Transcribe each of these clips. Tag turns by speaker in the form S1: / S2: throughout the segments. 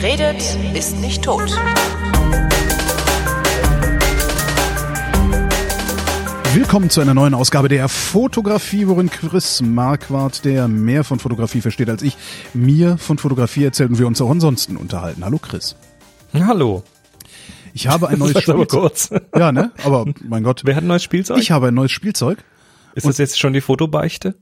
S1: Wer redet, ist nicht tot.
S2: Willkommen zu einer neuen Ausgabe der Fotografie, worin Chris Marquardt, der mehr von Fotografie versteht als ich, mir von Fotografie erzählt und wir uns auch ansonsten unterhalten. Hallo Chris.
S3: Hallo.
S2: Ich habe ein neues Spielzeug.
S3: Aber kurz.
S2: Ja, ne? Aber mein Gott.
S3: Wer hat ein neues Spielzeug?
S2: Ich habe ein neues Spielzeug.
S3: Ist das jetzt schon die Fotobeichte?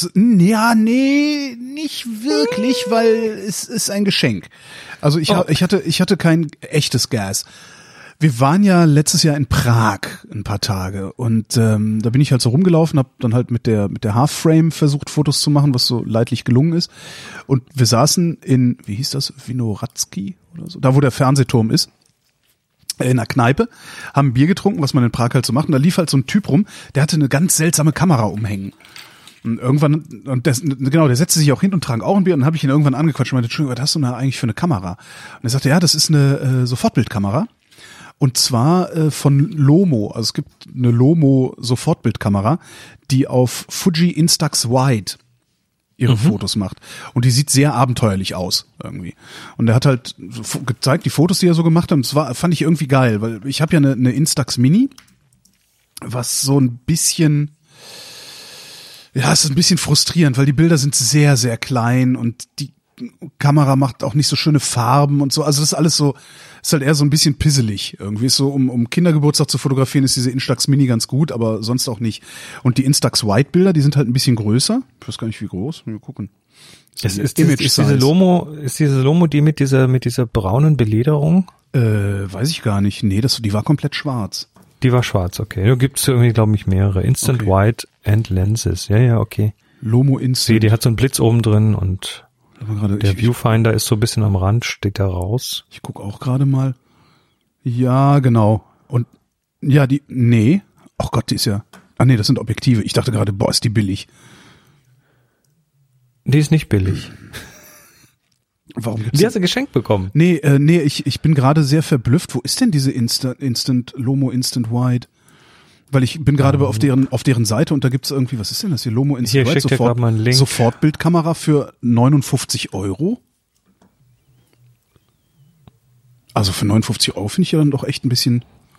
S2: Nee, nicht wirklich, weil es ist ein Geschenk. Also ich hatte kein echtes Gas. Wir waren ja letztes Jahr in Prag ein paar Tage und da bin ich halt so rumgelaufen, habe dann halt mit der Half-Frame versucht, Fotos zu machen, was so leidlich gelungen ist. Und wir saßen in, wie hieß das, Vinohradsky oder so, da wo der Fernsehturm ist, in einer Kneipe, haben Bier getrunken, was man in Prag halt so macht. Und da lief halt so ein Typ rum, der hatte eine ganz seltsame Kamera umhängen. Und irgendwann, der setzte sich auch hin und trank auch ein Bier. Und dann habe ich ihn irgendwann angequatscht und meinte, Entschuldigung, was hast du denn eigentlich für eine Kamera? Und er sagte, ja, das ist eine Sofortbildkamera. Und zwar von Lomo. Also es gibt eine Lomo Sofortbildkamera, die auf Fuji Instax Wide ihre Fotos macht. Und die sieht sehr abenteuerlich aus irgendwie. Und er hat halt so gezeigt, die Fotos, die er so gemacht hat. Und das fand ich irgendwie geil, weil ich habe ja eine Instax Mini, was so ein bisschen, ja, es ist ein bisschen frustrierend, weil die Bilder sind sehr, sehr klein und die Kamera macht auch nicht so schöne Farben und so. Also das ist alles so, ist halt eher so ein bisschen pisselig. Irgendwie ist so, um Kindergeburtstag zu fotografieren, ist diese Instax Mini ganz gut, aber sonst auch nicht. Und die Instax Wide Bilder, die sind halt ein bisschen größer. Ich weiß gar nicht, wie groß. Mal gucken.
S3: Ist diese Lomo die mit dieser braunen Belederung?
S2: Weiß ich gar nicht. Nee, die war komplett schwarz.
S3: Die war schwarz, okay. Da gibt's irgendwie, glaube ich, mehrere. Instant
S2: Okay.
S3: Wide and Lenses. Ja, okay.
S2: Lomo Instant.
S3: Die hat so einen Blitz oben drin und der
S2: ich
S3: Viewfinder ist so ein bisschen am Rand, steht da raus.
S2: Ich gucke auch gerade mal. Ja, genau. Und ja, ach Gott, die ist ja, nee, das sind Objektive. Ich dachte gerade, boah, ist die billig.
S3: Die ist nicht billig.
S2: Warum gibt's
S3: Die hast du geschenkt bekommen.
S2: Nee, ich bin gerade sehr verblüfft. Wo ist denn diese Lomo Instant Wide? Weil ich bin gerade auf deren Seite und da gibt's irgendwie, was ist denn das hier? Lomo Instant Wide,
S3: Hier, schick dir gerade mal einen Link.
S2: Sofortbildkamera für 59 €. Also für 59 € finde ich ja dann doch echt ein bisschen.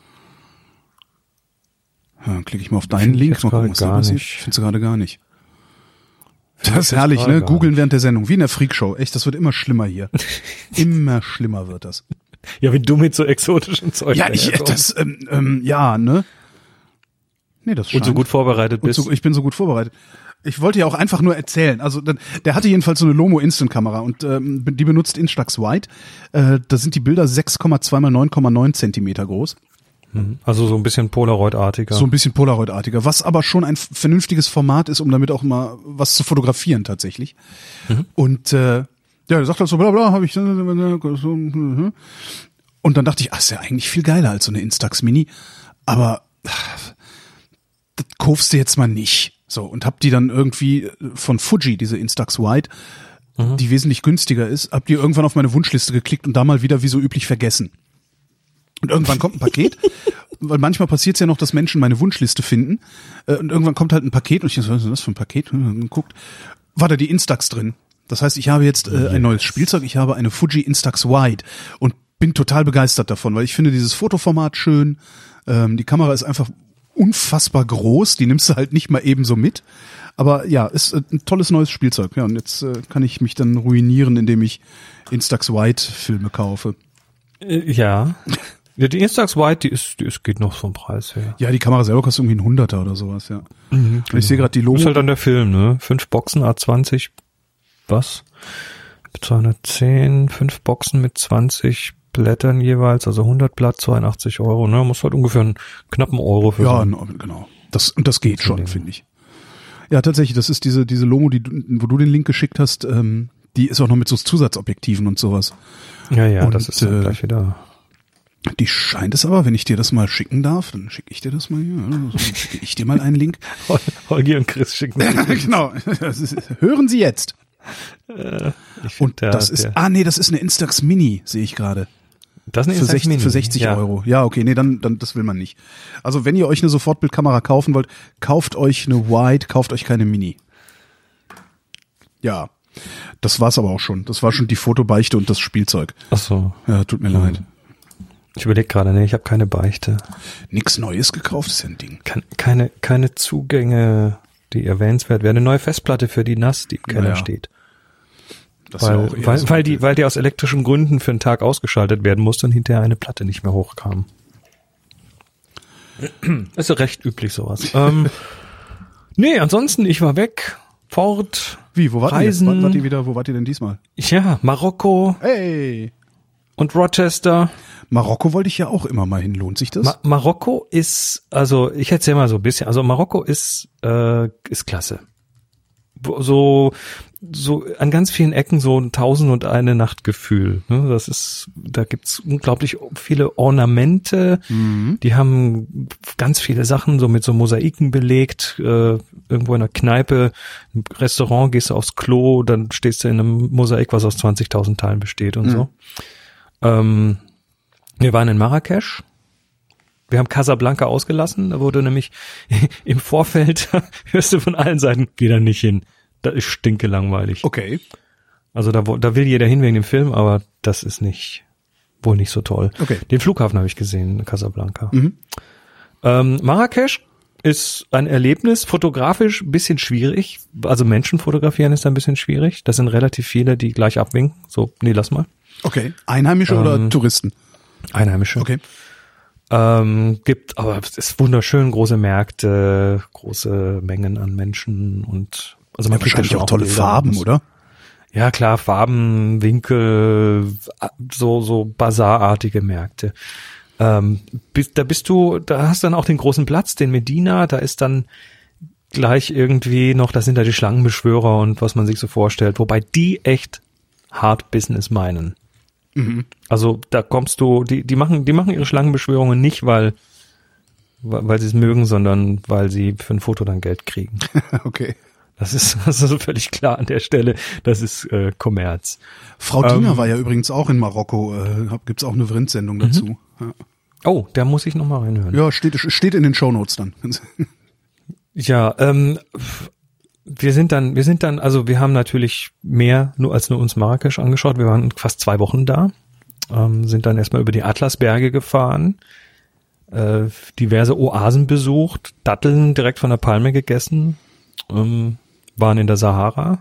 S2: Ja, dann klicke ich mal auf deinen Link, mal gucken, was da passiert. Ich finde es gerade gar nicht. Das ist herrlich, ne? Googeln während der Sendung, wie in der Freakshow. Echt, das wird immer schlimmer hier. Immer schlimmer wird das.
S3: Ja, wie du mit so exotischen Zeug.
S2: Ja, ja, ne? Nee, das scheint.
S3: Und so gut vorbereitet bist.
S2: Ich bin so gut vorbereitet. Ich wollte ja auch einfach nur erzählen. Also der hatte jedenfalls so eine Lomo Instant Kamera und die benutzt Instax Wide. Da sind die Bilder 6,2 mal 9,9 Zentimeter groß.
S3: Also so ein bisschen Polaroid-artiger.
S2: So ein bisschen Polaroid-artiger, was aber schon ein vernünftiges Format ist, um damit auch mal was zu fotografieren tatsächlich. Und ja, er sagt halt so, bla bla, habe ich. Und dann dachte ich, ist ja eigentlich viel geiler als so eine Instax Mini. Aber das kaufst du jetzt mal nicht. So, und hab die dann irgendwie von Fuji, diese Instax Wide, die wesentlich günstiger ist, hab die irgendwann auf meine Wunschliste geklickt und da mal wieder wie so üblich vergessen. Und irgendwann kommt ein Paket, weil manchmal passiert es ja noch, dass Menschen meine Wunschliste finden. Und irgendwann kommt halt ein Paket und ich so, was ist das für ein Paket? Und guckt, war da die Instax drin. Das heißt, ich habe jetzt ein neues Spielzeug, ich habe eine Fuji Instax Wide und bin total begeistert davon, weil ich finde dieses Fotoformat schön. Die Kamera ist einfach unfassbar groß, die nimmst du halt nicht mal eben so mit. Aber ja, ist ein tolles neues Spielzeug. Ja, und jetzt kann ich mich dann ruinieren, indem ich Instax Wide Filme kaufe.
S3: Ja. Ja, die Instax Wide, die geht noch vom Preis her.
S2: Ja, die Kamera selber kostet irgendwie ein 100er oder sowas, ja.
S3: Genau.
S2: Ich sehe gerade die Lomo.
S3: Ist halt dann der Film, ne? 5 Boxen, A20, was? 210, 5 Boxen mit 20 Blättern jeweils, also 100 Blatt, 82 €, ne? Muss halt ungefähr einen knappen Euro für
S2: ja,
S3: sein.
S2: Genau. Das geht schon, finde ich. Ja, tatsächlich, das ist diese Lomo, wo du den Link geschickt hast, die ist auch noch mit so Zusatzobjektiven und sowas.
S3: Ja,
S2: und,
S3: das ist dann gleich wieder.
S2: Die scheint es aber, wenn ich dir das mal schicken darf, dann schicke ich dir das mal hier. Also schicke ich dir mal einen Link.
S3: Holgi und Chris schicken mir
S2: genau. Hören Sie jetzt. Und das ist eine Instax Mini, sehe ich gerade.
S3: Das ist eine
S2: für 60
S3: ja.
S2: Euro. Ja, okay, nee, dann das will man nicht. Also wenn ihr euch eine Sofortbildkamera kaufen wollt, kauft euch eine Wide, kauft euch keine Mini. Ja. Das war's aber auch schon. Das war schon die Fotobeichte und das Spielzeug.
S3: Ach so.
S2: Ja, tut mir leid.
S3: Ich überlege gerade, ich habe keine Beichte.
S2: Nix Neues gekauft, ist ja ein Ding.
S3: Keine Zugänge, die erwähnenswert wären. Eine neue Festplatte für die NAS, die im Keller steht.
S2: Das
S3: Weil die aus elektrischen Gründen für einen Tag ausgeschaltet werden musste und hinterher eine Platte nicht mehr hochkam. Ist ja recht üblich sowas. Nee, ansonsten, ich war weg, fort.
S2: Wie, wo wart
S3: Reisen.
S2: Wo wart ihr denn diesmal?
S3: Ja, Marokko.
S2: Hey!
S3: Und Rochester.
S2: Marokko wollte ich ja auch immer mal hin. Lohnt sich das?
S3: Marokko ist, also ich erzähle mal so ein bisschen, also Marokko ist klasse. So an ganz vielen Ecken so ein 1001 Nacht Gefühl. Ne? Da gibt's unglaublich viele Ornamente. Die haben ganz viele Sachen so mit so Mosaiken belegt. Irgendwo in einer Kneipe, im Restaurant gehst du aufs Klo, dann stehst du in einem Mosaik, was aus 20.000 Teilen besteht und so. Wir waren in Marrakesch. Wir haben Casablanca ausgelassen. Da wurde nämlich im Vorfeld, hörst du von allen Seiten, geh da nicht hin. Das ist stinkelangweilig.
S2: Okay.
S3: Also da will jeder hin wegen dem Film, aber das ist wohl nicht so toll.
S2: Okay.
S3: Den Flughafen habe ich gesehen, Casablanca. Marrakesch ist ein Erlebnis, fotografisch ein bisschen schwierig. Also Menschen fotografieren ist ein bisschen schwierig. Das sind relativ viele, die gleich abwinken. So, nee, lass mal.
S2: Okay. Einheimische oder Touristen?
S3: Einheimische.
S2: Okay.
S3: Aber es ist wunderschön, große Märkte, große Mengen an Menschen und also man kriegt
S2: wahrscheinlich auch tolle
S3: Bilder
S2: Farben, oder?
S3: Ja, klar, Farben, Winkel, so Basarartige Märkte. Da hast du dann auch den großen Platz, den Medina, da ist dann gleich irgendwie noch, da sind da die Schlangenbeschwörer und was man sich so vorstellt, wobei die echt Hard Business meinen. Also da kommst du, die machen ihre Schlangenbeschwörungen nicht, weil sie es mögen, sondern weil sie für ein Foto dann Geld kriegen.
S2: Okay.
S3: Das ist völlig klar an der Stelle. Das ist Kommerz.
S2: Frau Diener war ja übrigens auch in Marokko. Gibt's auch eine Vrind-Sendung dazu. Ja.
S3: Oh, da muss ich noch mal reinhören.
S2: Ja, steht in den Shownotes dann.
S3: Ja, wir sind dann, also wir haben natürlich mehr als nur uns Marrakesch angeschaut. Wir waren fast 2 Wochen da, sind dann erstmal über die Atlasberge gefahren, diverse Oasen besucht, Datteln direkt von der Palme gegessen, waren in der Sahara,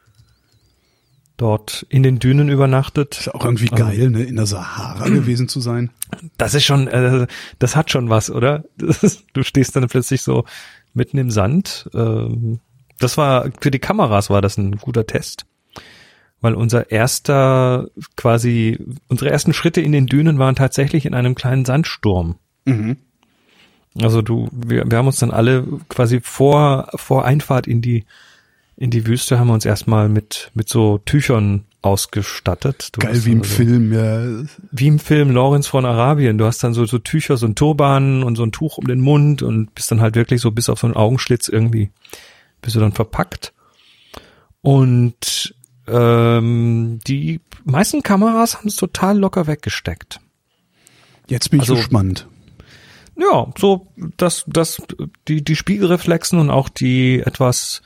S3: dort in den Dünen übernachtet.
S2: Ist auch irgendwie geil, ne, in der Sahara gewesen zu sein.
S3: Das ist schon, das hat schon was, oder? Du stehst dann plötzlich so mitten im Sand. Das war, für die Kameras war das ein guter Test, weil unsere ersten Schritte in den Dünen waren tatsächlich in einem kleinen Sandsturm. Also wir haben uns dann alle quasi vor Einfahrt in die Wüste haben wir uns erstmal mit so Tüchern ausgestattet.
S2: Geil, wie im Film, ja.
S3: Wie im Film Lawrence von Arabien. Du hast dann so Tücher, so ein Turban und so ein Tuch um den Mund und bist dann halt wirklich so bis auf so einen Augenschlitz irgendwie, bist du dann verpackt. Und die meisten Kameras haben es total locker weggesteckt.
S2: Jetzt bin ich gespannt.
S3: Ja, so die Spiegelreflexen und auch die etwas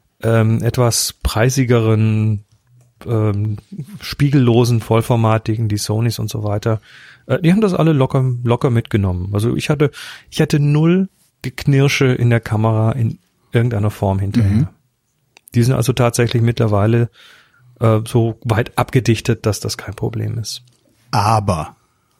S3: preisigeren spiegellosen, vollformatigen, die Sonys und so weiter, die haben das alle locker mitgenommen. Also ich hatte null Geknirsche in der Kamera in irgendeiner Form hinterher. Die sind also tatsächlich mittlerweile so weit abgedichtet, dass das kein Problem ist.
S2: Aber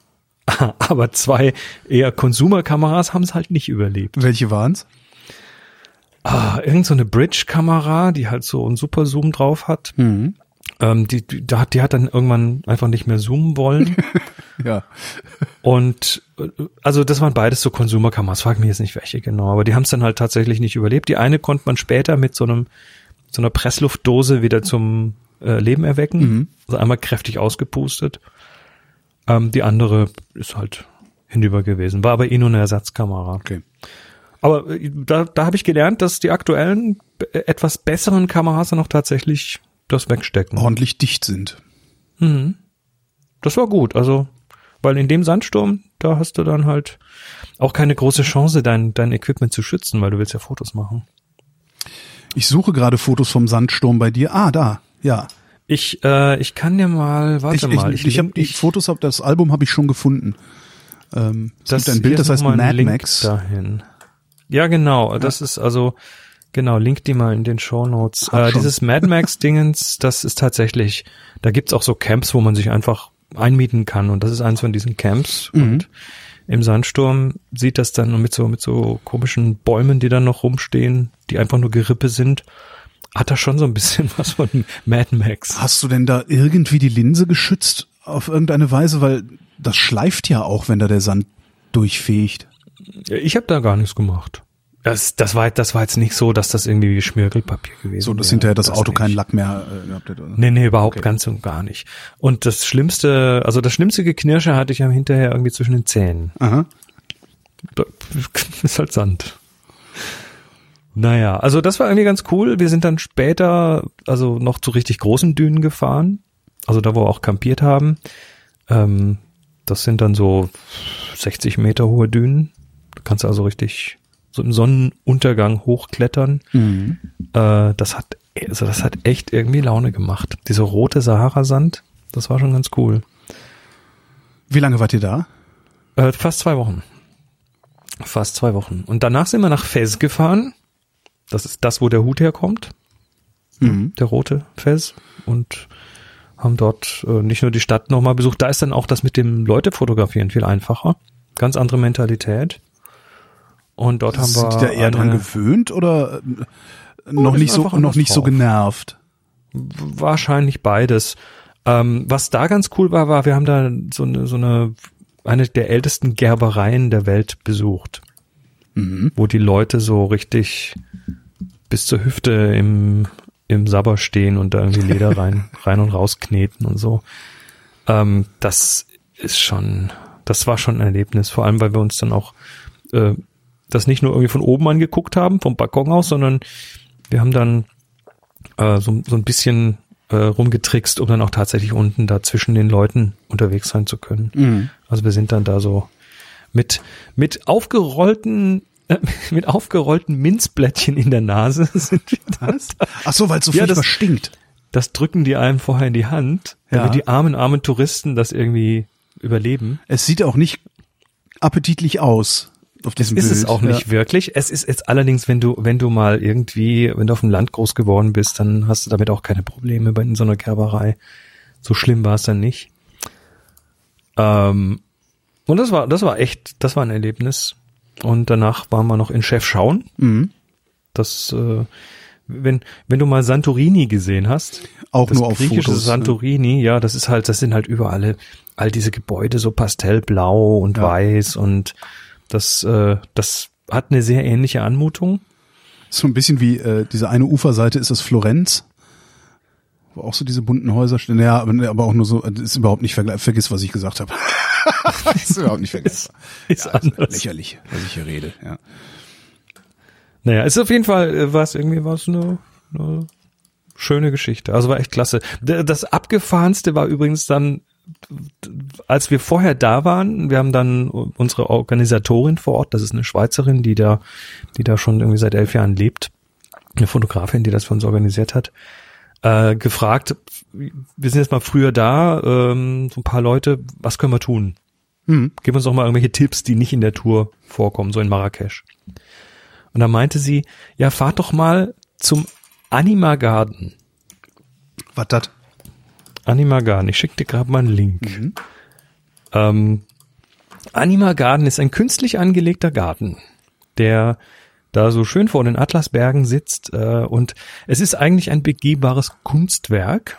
S3: 2 eher Consumer-Kameras haben es halt nicht überlebt.
S2: Welche waren's?
S3: Irgend so eine Bridge-Kamera, die halt so einen Super-Zoom drauf hat. Die hat dann irgendwann einfach nicht mehr zoomen wollen.
S2: Ja.
S3: Und also das waren beides so Consumer-Kameras, frag mich jetzt nicht welche genau, aber die haben es dann halt tatsächlich nicht überlebt. Die eine konnte man später mit so einer Pressluftdose wieder zum Leben erwecken. Also einmal kräftig ausgepustet. Die andere ist halt hinüber gewesen, war aber nur eine Ersatzkamera.
S2: Okay.
S3: Aber da habe ich gelernt, dass die aktuellen etwas besseren Kameras dann auch tatsächlich das wegstecken.
S2: Ordentlich dicht sind.
S3: Das war gut, also, weil in dem Sandsturm, da hast du dann halt auch keine große Chance, dein Equipment zu schützen, weil du willst ja Fotos machen.
S2: Ich suche gerade Fotos vom Sandsturm bei dir. Da. Ja.
S3: Ich kann dir mal, warte mal.
S2: Ich habe die Fotos, das Album habe ich schon gefunden. Es gibt ein Bild, das heißt Mad Max.
S3: Dahin. Ja, genau. Das ist also, genau, link die mal in den Shownotes. Dieses Mad Max-Dingens, das ist tatsächlich, da gibt's auch so Camps, wo man sich einfach einmieten kann. Und das ist eins von diesen Camps. Und im Sandsturm sieht das dann mit so komischen Bäumen, die dann noch rumstehen, die einfach nur Gerippe sind, hat da schon so ein bisschen was von Mad Max.
S2: Hast du denn da irgendwie die Linse geschützt auf irgendeine Weise? Weil das schleift ja auch, wenn da der Sand durchfegt.
S3: Ich habe da gar nichts gemacht. Das war jetzt nicht so, dass das irgendwie wie Schmirgelpapier gewesen wäre.
S2: So, dass hinterher das Auto keinen Lack mehr gehabt hätte. Oder?
S3: Nee, überhaupt ganz und gar nicht. Und das schlimmste Geknirsche hatte ich ja hinterher irgendwie zwischen den Zähnen.
S2: Aha.
S3: Das ist halt Sand. Naja, also das war irgendwie ganz cool. Wir sind dann später also noch zu richtig großen Dünen gefahren. Also da, wo wir auch campiert haben. Das sind dann so 60 Meter hohe Dünen. Du kannst also richtig so im Sonnenuntergang hochklettern. Mhm. Das hat echt irgendwie Laune gemacht. Diese rote Sahara-Sand, das war schon ganz cool.
S2: Wie lange wart ihr da?
S3: Fast 2 Wochen. Und danach sind wir nach Fez gefahren. Das ist das, wo der Hut herkommt. Der rote Fez. Und haben dort nicht nur die Stadt nochmal besucht. Da ist dann auch das mit dem Leute fotografieren viel einfacher. Ganz andere Mentalität. Und dort haben wir...
S2: Sind die da eher dran gewöhnt oder noch nicht so genervt?
S3: Wahrscheinlich beides. Was da ganz cool war, wir haben da eine der ältesten Gerbereien der Welt besucht. Wo die Leute so richtig bis zur Hüfte im Sabber stehen und da irgendwie Leder rein und raus kneten und so. Das war schon ein Erlebnis, vor allem, weil wir uns dann auch das nicht nur irgendwie von oben angeguckt haben, vom Balkon aus, sondern wir haben dann so ein bisschen rumgetrickst, um dann auch tatsächlich unten da zwischen den Leuten unterwegs sein zu können. Also wir sind dann da so mit aufgerollten Minzblättchen in der Nase sind wir
S2: Was? Ach so, weil es so furchtbar stinkt.
S3: Das drücken die einem vorher in die Hand, damit die armen Touristen das irgendwie überleben.
S2: Es sieht auch nicht appetitlich aus auf diesem
S3: Bild.
S2: Ist
S3: es auch nicht wirklich. Es ist jetzt allerdings, wenn du auf dem Land groß geworden bist, dann hast du damit auch keine Probleme in so einer Gerberei. So schlimm war es dann nicht. Und das war ein Erlebnis. Und danach waren wir noch in Chefchaouen. Das, wenn du mal Santorini gesehen hast.
S2: Auch
S3: das
S2: nur auf
S3: griechische
S2: Fotos.
S3: Santorini, ja, das sind halt überall all diese Gebäude so pastellblau und weiß und das hat eine sehr ähnliche Anmutung.
S2: So ein bisschen wie diese eine Uferseite ist das Florenz, wo auch so diese bunten Häuser stehen. Ja, aber auch nur so, das ist überhaupt nicht vergleichbar. Vergiss, was ich gesagt habe. Das ist überhaupt nicht vergleichbar.
S3: Ist anders.
S2: Lächerlich, was ich hier rede. Ja.
S3: Naja, ist auf jeden Fall, war es eine schöne Geschichte. Also war echt klasse. Das Abgefahrenste war übrigens dann, als wir vorher da waren, wir haben dann unsere Organisatorin vor Ort, das ist eine Schweizerin, die da schon irgendwie seit 11 Jahren lebt, eine Fotografin, die das für uns organisiert hat, gefragt, wir sind jetzt mal früher da, so ein paar Leute, was können wir tun? Gib uns doch mal irgendwelche Tipps, die nicht in der Tour vorkommen, so in Marrakesch. Und da meinte sie, ja, fahrt doch mal zum Anima Garden.
S2: Was das?
S3: Anima Garden, ich schicke dir gerade mal einen Link. Anima Garden ist ein künstlich angelegter Garten, der da so schön vor den Atlasbergen sitzt und es ist eigentlich ein begehbares Kunstwerk,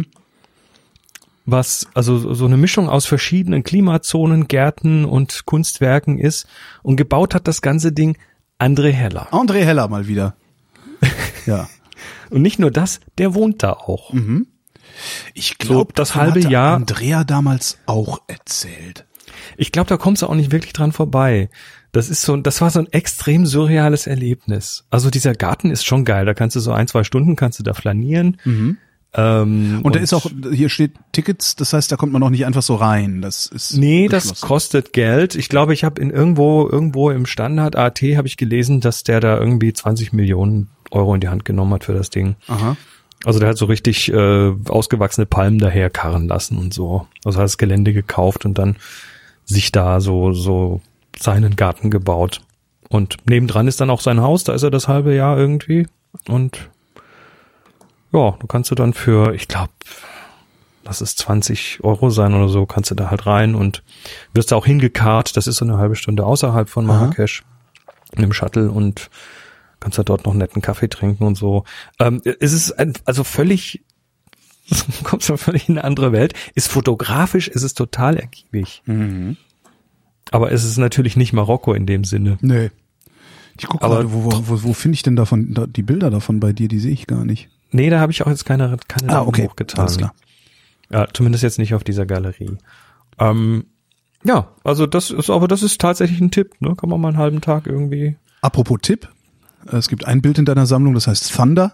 S3: was also so eine Mischung aus verschiedenen Klimazonen, Gärten und Kunstwerken ist und gebaut hat das ganze Ding André Heller.
S2: André Heller mal wieder. Ja.
S3: Und nicht nur das, der wohnt da auch.
S2: Ich glaube,
S3: so, das halbe Jahr
S2: Andrea damals auch erzählt.
S3: Ich glaube, da kommst du auch nicht wirklich dran vorbei. Das war so ein extrem surreales Erlebnis. Also dieser Garten ist schon geil. Da kannst du so 1-2 Stunden kannst du da flanieren.
S2: Und da ist auch, hier steht Tickets, das heißt, da kommt man auch nicht einfach so rein. Das ist
S3: das kostet Geld. Ich glaube, ich habe irgendwo im Standard AT habe ich gelesen, dass der da irgendwie 20 Millionen Euro in die Hand genommen hat für das Ding.
S2: Aha.
S3: Also der hat so richtig ausgewachsene Palmen daherkarren lassen und so. Also hat das Gelände gekauft und dann sich da so seinen Garten gebaut. Und nebendran ist dann auch sein Haus, da ist er das halbe Jahr irgendwie. Und ja, du kannst dann für, ich glaube, lass es 20 € sein oder so, kannst du da halt rein und wirst da auch hingekarrt. Das ist so eine halbe Stunde außerhalb von Marrakesch in einem Shuttle und kannst da dort noch einen netten Kaffee trinken und so. Es ist also völlig, kommst du völlig in eine andere Welt. Ist fotografisch, ist es total ergiebig.
S2: Mhm.
S3: Aber es ist natürlich nicht Marokko in dem Sinne.
S2: Nee. Ich gucke gerade, wo finde ich denn die Bilder davon bei dir? Die sehe ich gar nicht.
S3: Nee, da habe ich auch jetzt keine Sachen hochgetan.
S2: Alles klar.
S3: Ja, zumindest jetzt nicht auf dieser Galerie. Ja, also das ist tatsächlich ein Tipp, ne? Kann man mal einen halben Tag irgendwie.
S2: Apropos Tipp. Es gibt ein Bild in deiner Sammlung, das heißt Thunder.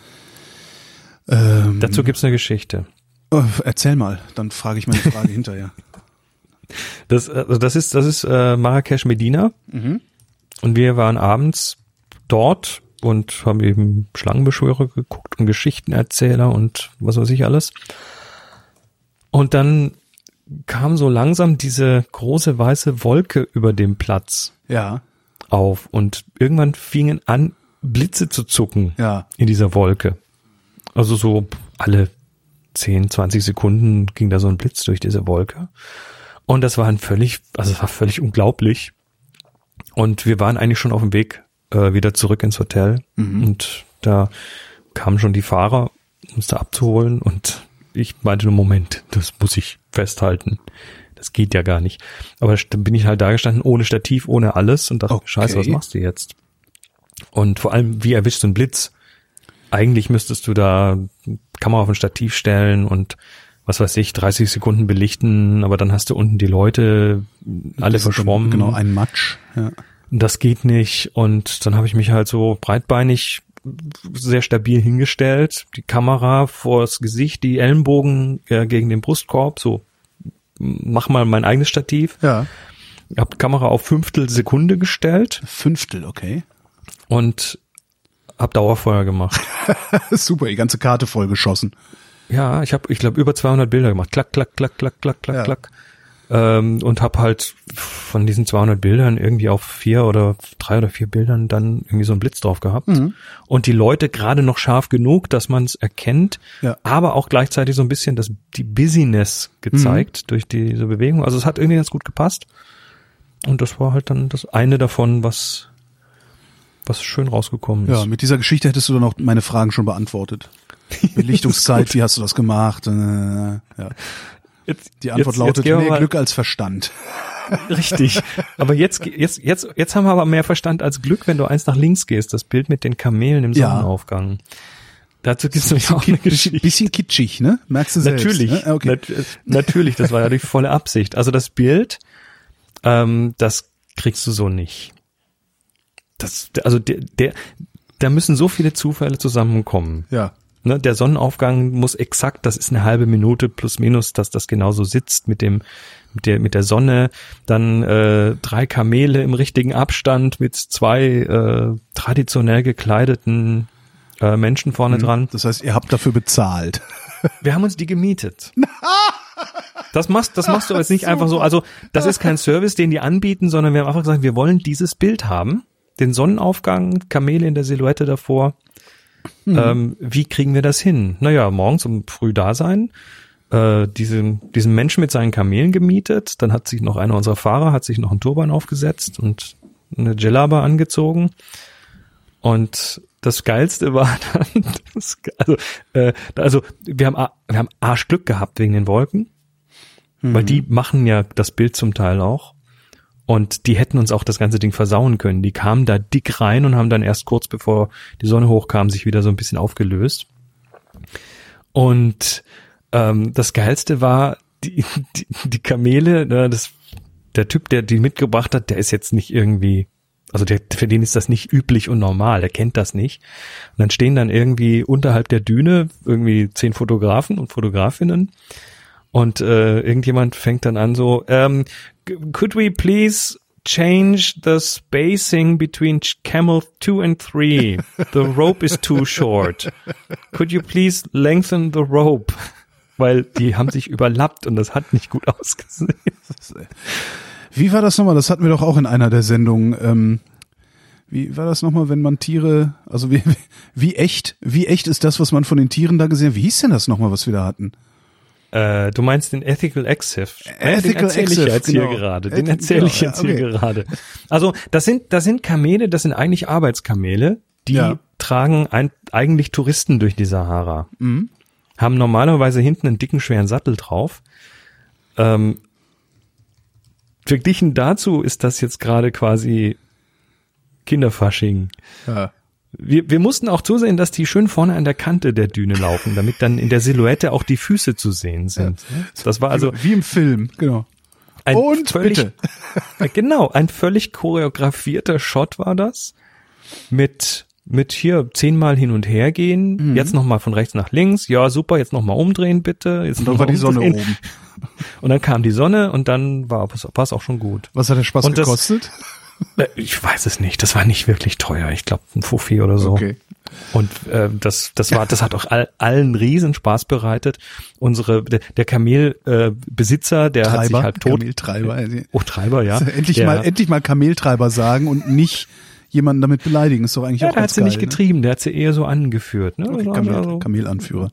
S3: Dazu gibt's eine Geschichte.
S2: Erzähl mal, dann frage ich meine Frage hinterher.
S3: Das ist Marrakesch Medina.
S2: Mhm.
S3: Und wir waren abends dort und haben eben Schlangenbeschwörer geguckt und Geschichtenerzähler und was weiß ich alles. Und dann kam so langsam diese große weiße Wolke über dem Platz auf und irgendwann fingen an, Blitze zu zucken in dieser Wolke. Also so alle 10, 20 Sekunden ging da so ein Blitz durch diese Wolke. Und das war völlig unglaublich. Und wir waren eigentlich schon auf dem Weg wieder zurück ins Hotel. Mhm. Und da kamen schon die Fahrer, uns da abzuholen. Und ich meinte nur, Moment, das muss ich festhalten. Das geht ja gar nicht. Aber dann bin ich halt da gestanden, ohne Stativ, ohne alles. Und dachte, Scheiße, was machst du jetzt? Und vor allem, wie erwischst du einen Blitz? Eigentlich müsstest du da Kamera auf ein Stativ stellen und was weiß ich, 30 Sekunden belichten, aber dann hast du unten die Leute alle verschwommen.
S2: Genau, ein Matsch. Ja.
S3: Das geht nicht. Und dann habe ich mich halt so breitbeinig sehr stabil hingestellt, die Kamera vors Gesicht, die Ellenbogen gegen den Brustkorb, so mach mal mein eigenes Stativ.
S2: Ja.
S3: Hab die Kamera auf 1/5 Sekunde gestellt.
S2: 1/5, okay.
S3: Und hab Dauerfeuer gemacht.
S2: Super, die ganze Karte vollgeschossen.
S3: Ja, ich glaube über 200 Bilder gemacht. Klack, klack, klack, klack, klack, klack, klack. Und hab halt von diesen 200 Bildern irgendwie auf 3 oder 4 Bildern dann irgendwie so einen Blitz drauf gehabt. Mhm. Und die Leute gerade noch scharf genug, dass man es erkennt, aber auch gleichzeitig so ein bisschen die Busyness gezeigt durch diese Bewegung. Also es hat irgendwie ganz gut gepasst. Und das war halt dann das eine davon, was schön rausgekommen ist.
S2: Ja, mit dieser Geschichte hättest du dann auch meine Fragen schon beantwortet. Belichtungszeit, wie hast du das gemacht? Ja. Die Antwort lautet, mehr Glück als Verstand.
S3: Richtig. Aber jetzt haben wir aber mehr Verstand als Glück, wenn du eins nach links gehst. Das Bild mit den Kamelen im Sonnenaufgang. Dazu gibt's nämlich auch eine Geschichte.
S2: Bisschen kitschig, ne? Merkst du selbst?
S3: Natürlich.
S2: Ne? Okay.
S3: Natürlich, das war ja die volle Absicht. Also das Bild, das kriegst du so nicht. Da müssen so viele Zufälle zusammenkommen.
S2: Ja.
S3: Ne, der Sonnenaufgang muss exakt, das ist eine halbe Minute plus minus, dass das genauso sitzt mit der Sonne. Dann 3 Kamele im richtigen Abstand mit 2 traditionell gekleideten Menschen vorne dran.
S2: Das heißt, ihr habt dafür bezahlt.
S3: Wir haben uns die gemietet. Das machst du jetzt nicht einfach so. Also das ist kein Service, den die anbieten, sondern wir haben einfach gesagt, wir wollen dieses Bild haben. Den Sonnenaufgang, Kamele in der Silhouette davor. Wie kriegen wir das hin? Naja, morgens früh da sein, diesen Menschen mit seinen Kamelen gemietet, dann hat sich noch einer unserer Fahrer, hat sich noch einen Turban aufgesetzt und eine Djellaba angezogen und das Geilste war dann, wir haben Arschglück gehabt wegen den Wolken, weil die machen ja das Bild zum Teil auch. Und die hätten uns auch das ganze Ding versauen können. Die kamen da dick rein und haben dann erst kurz bevor die Sonne hochkam, sich wieder so ein bisschen aufgelöst. Und das Geilste war, die Kamele, der Typ, der die mitgebracht hat, der ist jetzt nicht irgendwie, also für den ist das nicht üblich und normal, der kennt das nicht. Und dann stehen dann irgendwie unterhalb der Düne irgendwie 10 Fotografen und Fotografinnen. Und irgendjemand fängt dann an so, could we please change the spacing between camel 2 and 3. The rope is too short. Could you please lengthen the rope? Weil die haben sich überlappt und das hat nicht gut ausgesehen.
S2: Wie war das nochmal? Das hatten wir doch auch in einer der Sendungen. Wie war das nochmal, wenn man Tiere, also wie echt ist das, was man von den Tieren da gesehen hat? Wie hieß denn das nochmal, was wir da hatten?
S3: Du meinst den Ethical Exif.
S2: Ethical
S3: Den erzähle ich
S2: Exif,
S3: jetzt
S2: genau.
S3: hier gerade. Den erzähle ich jetzt hier gerade. Also das sind Kamele, das sind eigentlich Arbeitskamele, die tragen eigentlich Touristen durch die Sahara. Mhm. Haben normalerweise hinten einen dicken, schweren Sattel drauf. Verglichen dazu ist das jetzt gerade quasi Kinderfasching. Ja. Wir mussten auch zusehen, dass die schön vorne an der Kante der Düne laufen, damit dann in der Silhouette auch die Füße zu sehen sind. Ja. Das war also
S2: wie im Film, genau.
S3: Und völlig, genau, ein völlig choreografierter Shot war das. Mit hier 10-mal hin und her gehen, jetzt nochmal von rechts nach links, ja super, jetzt nochmal umdrehen bitte. Jetzt
S2: und dann war die Sonne oben.
S3: Und dann kam die Sonne und dann war es auch schon gut.
S2: Was hat der Spaß gekostet?
S3: Ich weiß es nicht, das war nicht wirklich teuer, ich glaube ein Fuffi oder so. Okay. Und das hat auch allen Riesenspaß bereitet. Der Kamelbesitzer, der
S2: Treiber,
S3: hat sich halb tot.
S2: Kameltreiber.
S3: Treiber, ja.
S2: Endlich mal Kameltreiber sagen und nicht jemanden damit beleidigen, ist doch eigentlich auch ganz geil.
S3: Der hat sie nicht getrieben, der hat sie eher so angeführt. Ne?
S2: Okay, Kamelanführer.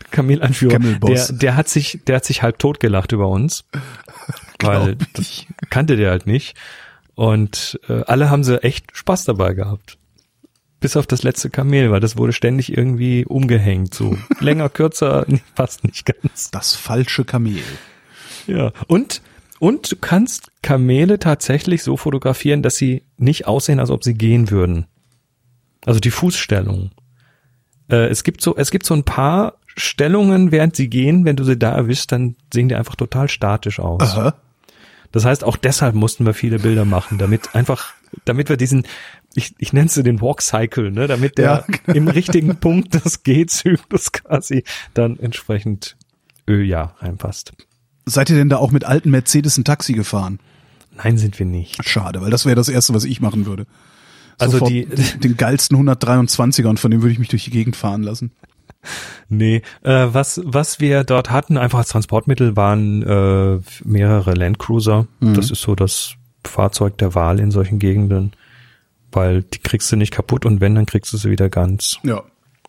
S3: Der hat sich halb tot gelacht über uns, weil das kannte der halt nicht. Und alle haben sie echt Spaß dabei gehabt. Bis auf das letzte Kamel, weil das wurde ständig irgendwie umgehängt. So länger, kürzer, passt nicht ganz.
S2: Das falsche Kamel.
S3: Ja, und du kannst Kamele tatsächlich so fotografieren, dass sie nicht aussehen, als ob sie gehen würden. Also die Fußstellung. Es gibt so ein paar Stellungen, während sie gehen, wenn du sie da erwischst, dann sehen die einfach total statisch aus.
S2: Aha.
S3: Das heißt, auch deshalb mussten wir viele Bilder machen, damit wir diesen, ich nenne es den Walk-Cycle, ne, damit der im richtigen Punkt des Gehzyklus quasi dann entsprechend reinpasst.
S2: Seid ihr denn da auch mit alten Mercedes ein Taxi gefahren?
S3: Nein, sind wir nicht.
S2: Schade, weil das wäre das Erste, was ich machen würde.
S3: Also
S2: den geilsten 123er und von dem würde ich mich durch die Gegend fahren lassen.
S3: Nee, was wir dort hatten, einfach als Transportmittel, waren mehrere Landcruiser. Mhm. Das ist so das Fahrzeug der Wahl in solchen Gegenden, weil die kriegst du nicht kaputt und wenn, dann kriegst du sie wieder ganz.
S2: Ja.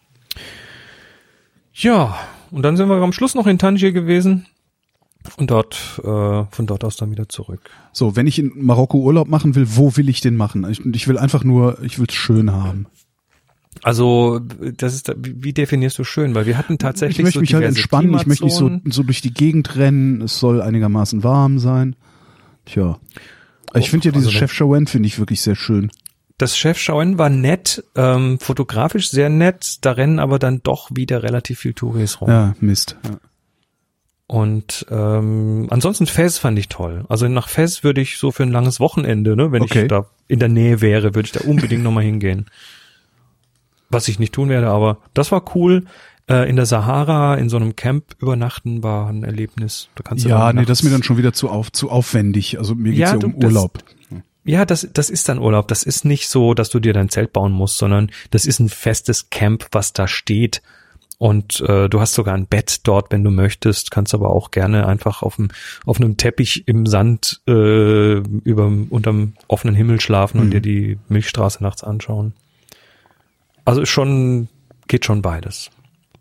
S3: Ja, und dann sind wir am Schluss noch in Tangier gewesen und von dort aus dann wieder zurück.
S2: So, wenn ich in Marokko Urlaub machen will, wo will ich den machen? Ich will es schön haben.
S3: Also, wie definierst du schön? Weil wir hatten tatsächlich
S2: ich möchte mich halt entspannen, ich möchte nicht so durch die Gegend rennen, es soll einigermaßen warm sein. Tja. Ich finde ja dieses Chef Chaouen finde ich wirklich sehr schön.
S3: Das Chef Chaouen war nett, fotografisch sehr nett, da rennen aber dann doch wieder relativ viel Touris rum.
S2: Ja, Mist. Ja.
S3: Und ansonsten Fez fand ich toll. Also nach Fez würde ich so für ein langes Wochenende, ne, wenn ich da in der Nähe wäre, würde ich da unbedingt nochmal hingehen. Was ich nicht tun werde, aber das war cool. In der Sahara, in so einem Camp übernachten war ein Erlebnis. Da kannst du
S2: das ist mir dann schon wieder zu aufwendig. Also mir geht's ja um Urlaub.
S3: Das ist dann Urlaub. Das ist nicht so, dass du dir dein Zelt bauen musst, sondern das ist ein festes Camp, was da steht. Und du hast sogar ein Bett dort, wenn du möchtest. Kannst aber auch gerne einfach auf einem Teppich im Sand unterm offenen Himmel schlafen und dir die Milchstraße nachts anschauen. Also geht schon beides.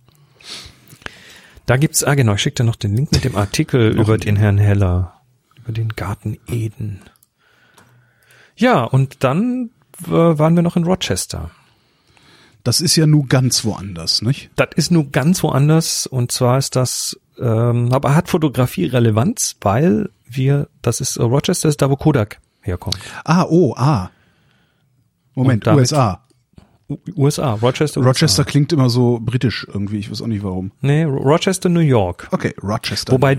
S3: Da gibt's, genau, ich schicke dir noch den Link mit dem Artikel über den Herrn Heller, über den Garten Eden. Ja, und dann waren wir noch in Rochester.
S2: Das ist ja nun ganz woanders, nicht?
S3: Das ist nun ganz woanders und zwar ist das, aber hat Fotografie-Relevanz, weil Rochester ist da, wo Kodak herkommt.
S2: Moment, USA.
S3: Rochester
S2: klingt immer so britisch irgendwie, ich weiß auch nicht warum.
S3: Nee, Rochester, New York.
S2: Okay, Rochester.
S3: Wobei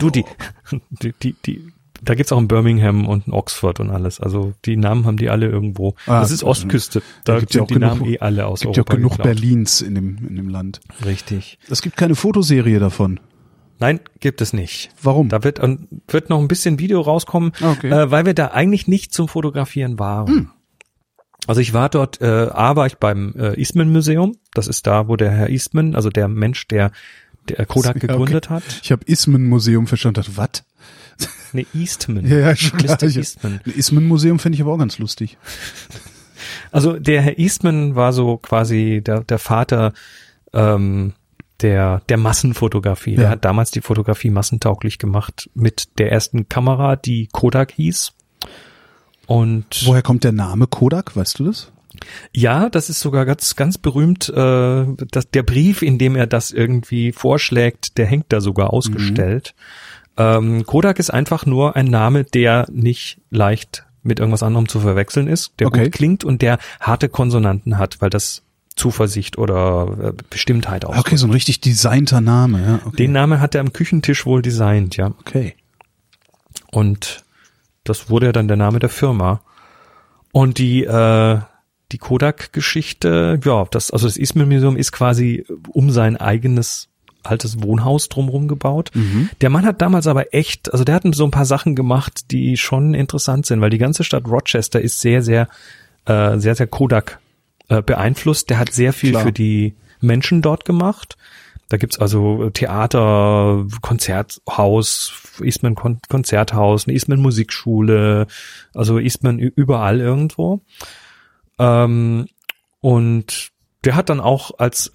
S3: da gibt's auch ein Birmingham und ein Oxford und alles. Also die Namen haben die alle irgendwo. Das ist Ostküste. Da gibt es die Namen alle aus Europa.
S2: Es gibt ja auch genug Berlins in dem Land.
S3: Richtig.
S2: Es gibt keine Fotoserie davon.
S3: Nein, gibt es nicht.
S2: Warum?
S3: Da wird noch ein bisschen Video rauskommen, weil wir da eigentlich nicht zum Fotografieren waren. Also ich war dort, war ich beim Eastman Museum. Das ist da, wo der Herr Eastman, also der Mensch, der Kodak gegründet hat.
S2: Ich habe Eastman Museum verstanden. Was?
S3: Nee, Eastman.
S2: Ja, schon klar.
S3: Mr. Eastman.
S2: Eastman Museum finde ich aber auch ganz lustig.
S3: Also der Herr Eastman war so quasi der Vater der Massenfotografie. Der hat damals die Fotografie massentauglich gemacht mit der ersten Kamera, die Kodak hieß. Und
S2: woher kommt der Name Kodak? Weißt du das?
S3: Ja, das ist sogar ganz, ganz berühmt. Der Brief, in dem er das irgendwie vorschlägt, der hängt da sogar ausgestellt. Kodak ist einfach nur ein Name, der nicht leicht mit irgendwas anderem zu verwechseln ist, der gut klingt und der harte Konsonanten hat, weil das Zuversicht oder Bestimmtheit ausdrückt.
S2: Okay, so ein richtig designter Name, ja. Okay.
S3: Den Namen hat er am Küchentisch wohl designt, ja.
S2: Okay.
S3: Und das wurde ja dann der Name der Firma. Und die Kodak-Geschichte, ja, das Eastman Museum ist quasi um sein eigenes altes Wohnhaus drumherum gebaut. Der Mann hat damals aber echt, also der hat so ein paar Sachen gemacht, die schon interessant sind, weil die ganze Stadt Rochester ist sehr, sehr Kodak beeinflusst. Der hat sehr viel für die Menschen dort gemacht. Da gibt's also Theater, Konzerthaus, Eastman Konzerthaus, eine Eastman Musikschule, also Eastman überall irgendwo. Und der hat dann auch als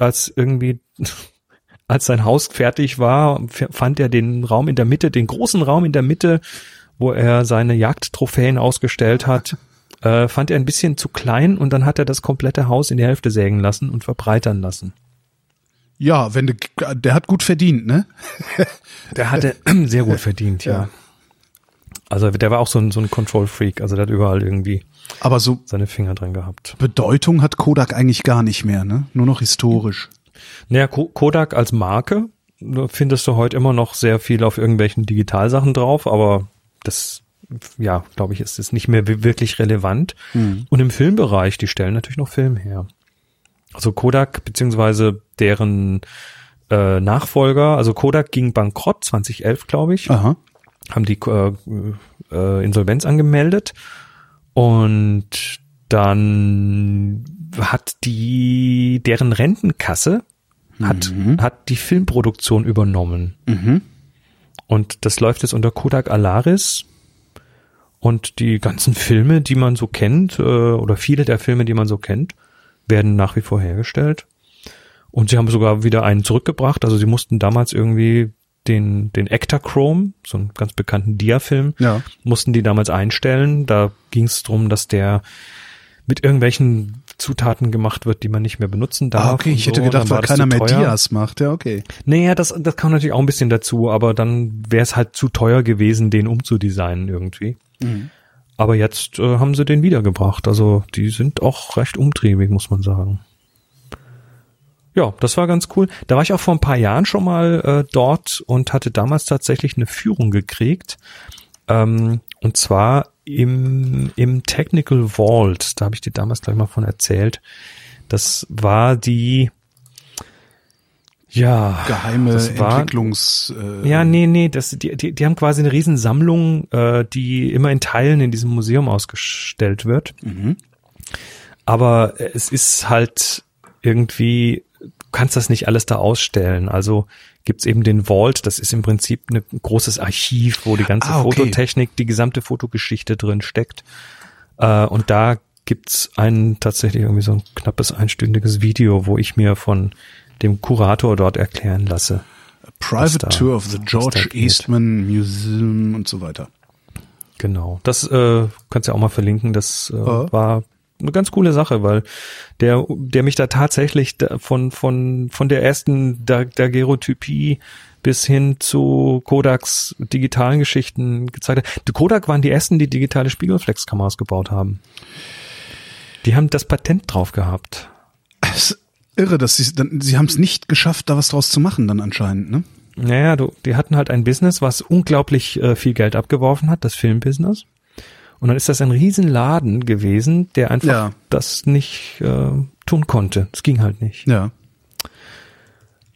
S3: sein Haus fertig war, fand er den Raum in der Mitte, den großen Raum in der Mitte, wo er seine Jagdtrophäen ausgestellt hat, fand er ein bisschen zu klein und dann hat er das komplette Haus in die Hälfte sägen lassen und verbreitern lassen.
S2: Ja, der hat gut verdient, ne?
S3: Der hatte sehr gut verdient, ja. Also der war auch so ein Control-Freak, also der hat überall irgendwie
S2: aber so
S3: seine Finger drin gehabt.
S2: Bedeutung hat Kodak eigentlich gar nicht mehr, ne? Nur noch historisch.
S3: Naja, Kodak als Marke findest du heute immer noch sehr viel auf irgendwelchen Digitalsachen drauf, aber das, ja, glaube ich, ist es nicht mehr wirklich relevant. Und im Filmbereich, die stellen natürlich noch Film her. Also Kodak beziehungsweise deren Nachfolger, also Kodak ging bankrott 2011, glaube ich.
S2: Aha.
S3: Haben die Insolvenz angemeldet und dann hat deren Rentenkasse hat die Filmproduktion übernommen. Und das läuft jetzt unter Kodak Alaris. Und die ganzen Filme, die man so kennt, oder viele der Filme, die man so kennt, werden nach wie vor hergestellt. Und sie haben sogar wieder einen zurückgebracht. Also sie mussten damals irgendwie den Ektachrome, so einen ganz bekannten Dia-Film, mussten die damals einstellen. Da ging es darum, dass der mit irgendwelchen Zutaten gemacht wird, die man nicht mehr benutzen darf.
S2: Okay, ich hätte gedacht, weil keiner mehr Dias macht. Ja, okay.
S3: Naja, das kam natürlich auch ein bisschen dazu, aber dann wäre es halt zu teuer gewesen, den umzudesignen irgendwie. Aber jetzt haben sie den wiedergebracht. Also die sind auch recht umtriebig, muss man sagen. Ja, das war ganz cool. Da war ich auch vor ein paar Jahren schon mal dort und hatte damals tatsächlich eine Führung gekriegt. Und zwar im Technical Vault. Da habe ich dir damals gleich mal von erzählt. Das war die
S2: geheime Entwicklungs...
S3: die haben quasi eine riesen Sammlung, die immer in Teilen in diesem Museum ausgestellt wird. Aber es ist halt irgendwie, du kannst das nicht alles da ausstellen. Also gibt's eben den Vault, das ist im Prinzip ein großes Archiv, wo die ganze Fototechnik, die gesamte Fotogeschichte drin steckt. Und da gibt's tatsächlich irgendwie so ein knappes einstündiges Video, wo ich mir von dem Kurator dort erklären lasse.
S2: Private Tour of the George Eastman Museum und so weiter.
S3: Genau, das kannst du ja auch mal verlinken, das war eine ganz coole Sache, weil der mich da tatsächlich von der ersten Daguerreotypie bis hin zu Kodaks digitalen Geschichten gezeigt hat. Die Kodak waren die ersten, die digitale Spiegelreflexkameras gebaut haben. Die haben das Patent drauf gehabt.
S2: Das ist irre, dass sie haben es nicht geschafft, da was draus zu machen dann anscheinend, ne?
S3: Naja, die hatten halt ein Business, was unglaublich viel Geld abgeworfen hat, das Filmbusiness. Und dann ist das ein Riesenladen gewesen, der einfach das nicht tun konnte. Es ging halt nicht.
S2: Ja.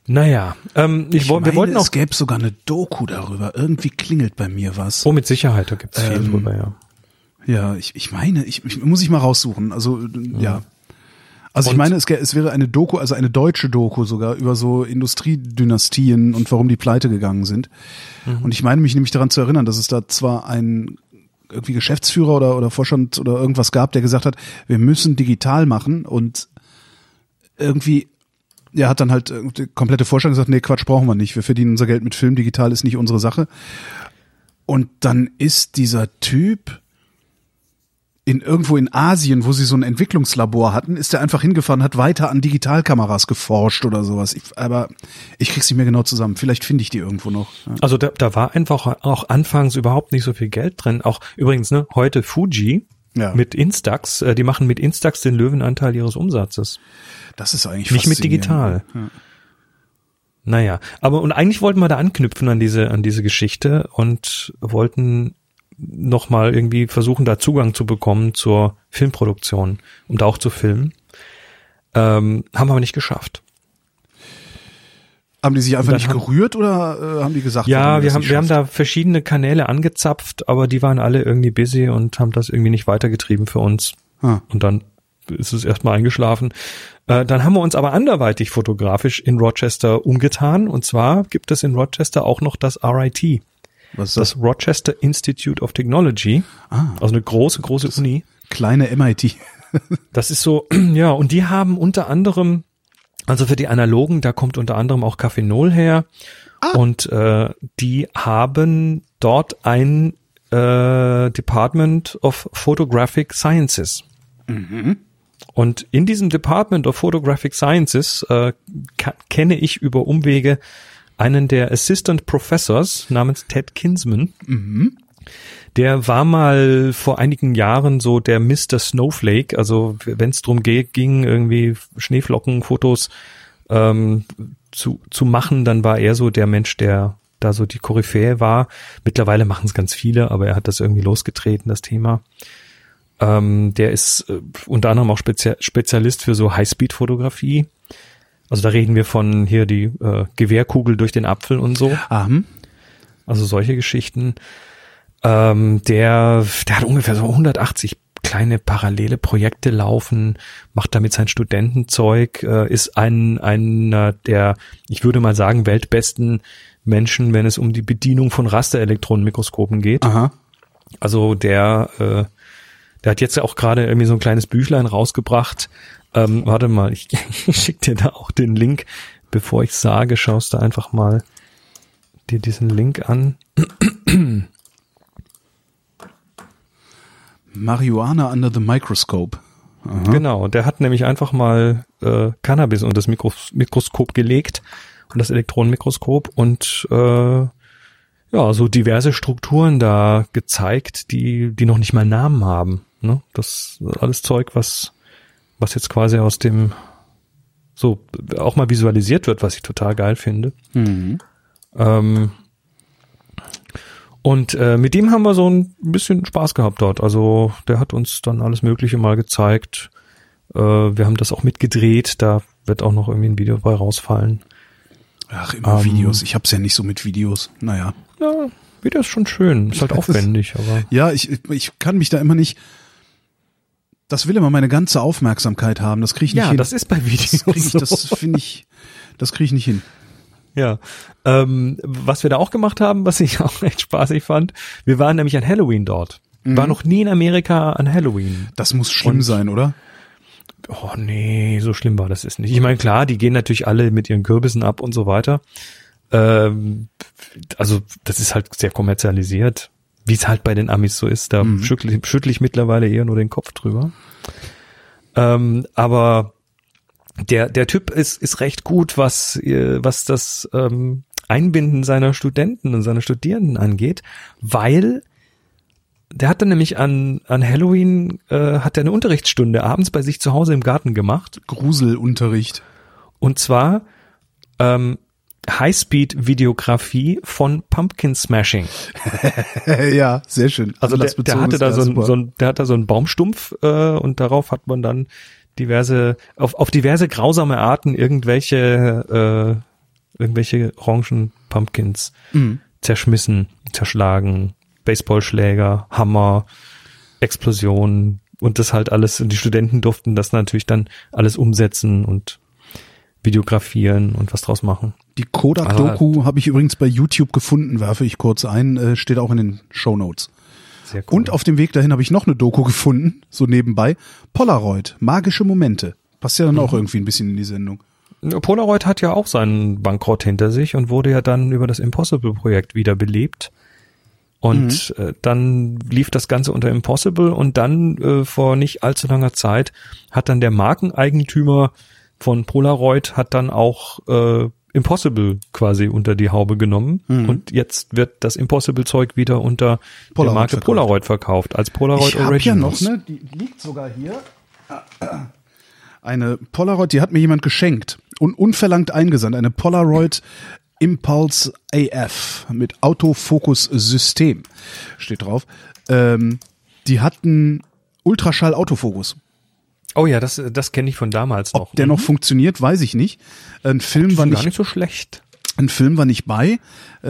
S3: Naja, wir wollten auch...
S2: Es gäbe sogar eine Doku darüber. Irgendwie klingelt bei mir was.
S3: Oh, mit Sicherheit, da gibt's viel drüber, ja.
S2: Ja, ich meine, muss ich mal raussuchen. Also, ja. Also ich meine, es wäre eine Doku, also eine deutsche Doku sogar, über so Industriedynastien und warum die pleite gegangen sind. Und ich meine mich nämlich daran zu erinnern, dass es da zwar ein irgendwie Geschäftsführer oder Vorstand oder irgendwas gab, der gesagt hat, wir müssen digital machen, und irgendwie, er hat dann halt der komplette Vorstand gesagt, nee, Quatsch, brauchen wir nicht, wir verdienen unser Geld mit Film, digital ist nicht unsere Sache. Und dann ist dieser Typ irgendwo in Asien, wo sie so ein Entwicklungslabor hatten, ist er einfach hingefahren, hat weiter an Digitalkameras geforscht oder sowas. Aber ich krieg's nicht mehr genau zusammen. Vielleicht finde ich die irgendwo noch. Ja.
S3: Also da war einfach auch anfangs überhaupt nicht so viel Geld drin. Auch übrigens, heute Fuji mit Instax, die machen mit Instax den Löwenanteil ihres Umsatzes.
S2: Das ist eigentlich
S3: nicht mit digital. Ja. Naja, und eigentlich wollten wir da anknüpfen an diese Geschichte und wollten nochmal irgendwie versuchen, da Zugang zu bekommen zur Filmproduktion, um da auch zu filmen. Haben wir aber nicht geschafft.
S2: Haben die sich einfach nicht gerührt oder haben die gesagt?
S3: Ja, wir haben da verschiedene Kanäle angezapft, aber die waren alle irgendwie busy und haben das irgendwie nicht weitergetrieben für uns. Und dann ist es erstmal eingeschlafen. Dann haben wir uns aber anderweitig fotografisch in Rochester umgetan, und zwar gibt es in Rochester auch noch das RIT.
S2: Was ist
S3: das Rochester Institute of Technology, also eine große Uni.
S2: Kleine MIT.
S3: Das ist so, ja, und die haben unter anderem, also für die Analogen, da kommt unter anderem auch Cafenol her, und die haben dort ein Department of Photographic Sciences. Und in diesem Department of Photographic Sciences kenne ich über Umwege einen der Assistant Professors namens Ted Kinsman. Der war mal vor einigen Jahren so der Mr. Snowflake, also wenn es darum ging, irgendwie Schneeflockenfotos zu machen, dann war er so der Mensch, der da so die Koryphäe war. Mittlerweile machen es ganz viele, aber er hat das irgendwie losgetreten, das Thema. Der ist unter anderem auch Spezialist für so Highspeed-Fotografie. Also da reden wir von hier die Gewehrkugel durch den Apfel und so. Also solche Geschichten. Der hat ungefähr so 180 kleine parallele Projekte laufen, macht damit sein Studentenzeug, ist einer der, ich würde mal sagen, weltbesten Menschen, wenn es um die Bedienung von Rasterelektronenmikroskopen geht. Also der hat jetzt auch gerade irgendwie so ein kleines Büchlein rausgebracht. Warte mal, ich schicke dir da auch den Link, bevor ich sage, schaust du einfach mal dir diesen Link an.
S2: Marihuana under the microscope.
S3: Genau, der hat nämlich einfach mal Cannabis unter das Mikroskop gelegt und das Elektronenmikroskop und so diverse Strukturen da gezeigt, die noch nicht mal Namen haben. Ne? Das alles Zeug, was jetzt quasi aus dem so auch mal visualisiert wird, was ich total geil finde. Und mit dem haben wir so ein bisschen Spaß gehabt dort. Also der hat uns dann alles Mögliche mal gezeigt. Wir haben das auch mitgedreht. Da wird auch noch irgendwie ein Video bei rausfallen.
S2: Ach, immer Videos. Ich hab's ja nicht so mit Videos. Naja.
S3: Ja, Video ist schon schön. Ist halt aufwendig, aber.
S2: Ja, ich kann mich da immer nicht. Das will immer meine ganze Aufmerksamkeit haben. Das kriege ich nicht hin.
S3: Ja, das ist bei Videos.
S2: Das kriege ich nicht hin.
S3: Ja, was wir da auch gemacht haben, was ich auch echt spaßig fand, wir waren nämlich an Halloween dort. War noch nie in Amerika an Halloween.
S2: Das muss schlimm sein, oder?
S3: Oh nee, so schlimm war das ist nicht. Ich meine, klar, die gehen natürlich alle mit ihren Kürbissen ab und so weiter. Also das ist halt sehr kommerzialisiert, wie es halt bei den Amis so ist. Da schüttle ich mittlerweile eher nur den Kopf drüber. Aber der Typ ist recht gut, was das Einbinden seiner Studenten und seiner Studierenden angeht, weil der hat dann nämlich an Halloween hat er eine Unterrichtsstunde abends bei sich zu Hause im Garten gemacht.
S2: Gruselunterricht.
S3: Und zwar Highspeed-Videografie von Pumpkin Smashing.
S2: Ja, sehr schön.
S3: Also der hatte da so einen Baumstumpf und darauf hat man dann auf diverse grausame Arten irgendwelche irgendwelche orangen Pumpkins zerschmissen, zerschlagen, Baseballschläger, Hammer, Explosionen und das halt alles. Und die Studenten durften das natürlich dann alles umsetzen und videografieren und was draus machen.
S2: Die Kodak-Doku habe ich übrigens bei YouTube gefunden, werfe ich kurz ein, steht auch in den Shownotes.
S3: Sehr cool.
S2: Und auf dem Weg dahin habe ich noch eine Doku gefunden, so nebenbei. Polaroid, magische Momente. Passt ja dann auch irgendwie ein bisschen in die Sendung.
S3: Polaroid hat ja auch seinen Bankrott hinter sich und wurde ja dann über das Impossible-Projekt wiederbelebt. Und dann lief das Ganze unter Impossible und dann vor nicht allzu langer Zeit hat dann der Markeneigentümer von Polaroid hat dann auch Impossible quasi unter die Haube genommen und jetzt wird das Impossible-Zeug wieder unter der Marke Polaroid verkauft als Polaroid Originals. Ich habe ja noch, die liegt sogar hier, eine Polaroid, die hat mir jemand geschenkt und unverlangt eingesandt, eine Polaroid Impulse AF mit Autofokus-System steht drauf. Die hat einen Ultraschall-Autofokus. Oh ja, das kenne ich von damals noch.
S2: Ob der noch funktioniert, weiß ich nicht. Ein Film war
S3: gar nicht so schlecht.
S2: Ein Film war nicht bei.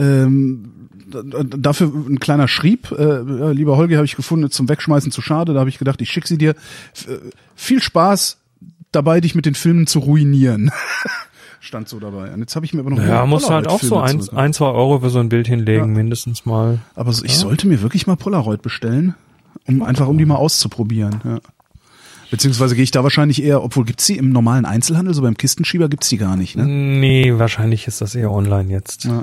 S2: Dafür ein kleiner Schrieb. Lieber Holger, habe ich gefunden, zum Wegschmeißen zu schade. Da habe ich gedacht, ich schicke sie dir. Viel Spaß dabei, dich mit den Filmen zu ruinieren. Stand so dabei. Und jetzt habe ich mir aber noch.
S3: Ja, muss halt auch so 1, 2 Euro für so ein Bild hinlegen, mindestens mal.
S2: Aber ich sollte mir wirklich mal Polaroid bestellen, um die mal auszuprobieren. Ja. Beziehungsweise gehe ich da wahrscheinlich eher, obwohl gibt's die im normalen Einzelhandel, so beim Kistenschieber gibt's die gar nicht, ne?
S3: Nee, wahrscheinlich ist das eher online jetzt. Ja.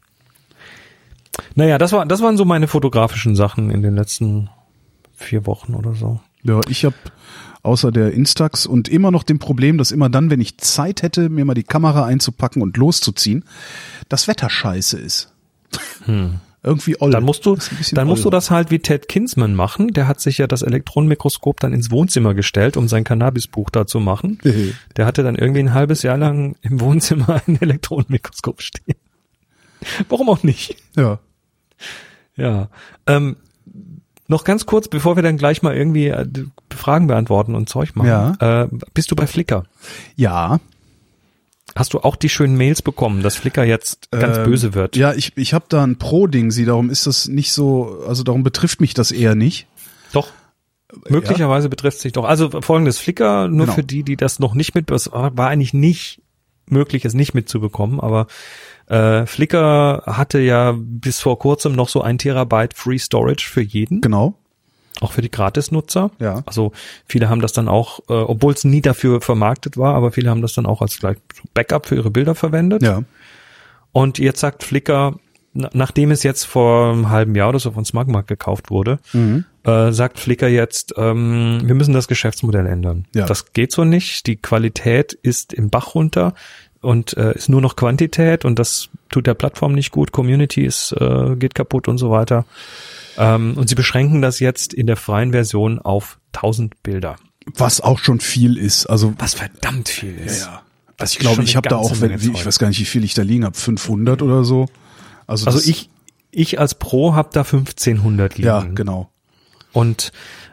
S3: Naja, das waren so meine fotografischen Sachen in den letzten 4 Wochen oder so.
S2: Ja, ich habe außer der Instax und immer noch dem Problem, dass immer dann, wenn ich Zeit hätte, mir mal die Kamera einzupacken und loszuziehen, das Wetter scheiße ist. Irgendwie oll.
S3: Dann musst du das halt wie Ted Kinsman machen. Der hat sich ja das Elektronenmikroskop dann ins Wohnzimmer gestellt, um sein Cannabisbuch da zu machen. Der hatte dann irgendwie ein halbes Jahr lang im Wohnzimmer ein Elektronenmikroskop stehen. Warum auch nicht?
S2: Ja.
S3: Ja. Noch ganz kurz, bevor wir dann gleich mal irgendwie Fragen beantworten und Zeug machen.
S2: Ja.
S3: Bist du bei Flickr?
S2: Ja.
S3: Hast du auch die schönen Mails bekommen, dass Flickr jetzt ganz böse wird?
S2: Ja, ich habe da ein Pro-Ding, darum ist das nicht so, also darum betrifft mich das eher nicht.
S3: Doch. Möglicherweise betrifft es sich doch. Also folgendes, Flickr, nur für die das noch nicht das war eigentlich nicht möglich, es nicht mitzubekommen, aber Flickr hatte ja bis vor kurzem noch so 1 Terabyte Free Storage für jeden.
S2: Genau.
S3: Auch für die Gratisnutzer.
S2: Ja.
S3: Also viele haben das dann auch, obwohl es nie dafür vermarktet war, aber viele haben das dann auch als gleich Backup für ihre Bilder verwendet.
S2: Ja.
S3: Und jetzt sagt Flickr, nachdem es jetzt vor einem halben Jahr oder so von Smugmarkt gekauft wurde, sagt Flickr jetzt, wir müssen das Geschäftsmodell ändern.
S2: Ja.
S3: Das geht so nicht. Die Qualität ist im Bach runter und ist nur noch Quantität und das tut der Plattform nicht gut. Community geht kaputt und so weiter. Und sie beschränken das jetzt in der freien Version auf 1000 Bilder.
S2: Was auch schon viel ist. Also
S3: was verdammt viel ist.
S2: Ja. Also ich glaube, ich habe da auch, ich weiß gar nicht, wie viel ich da liegen habe, 500 oder so. Also
S3: ich als Pro habe da 1500 liegen.
S2: Ja, genau.
S3: Und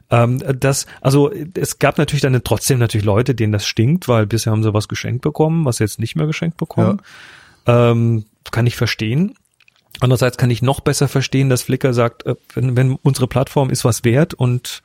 S3: es gab natürlich dann trotzdem Leute, denen das stinkt, weil bisher haben sie was geschenkt bekommen, was sie jetzt nicht mehr geschenkt bekommen. Ja. Kann ich verstehen. Andererseits kann ich noch besser verstehen, dass Flickr sagt, wenn unsere Plattform ist was wert und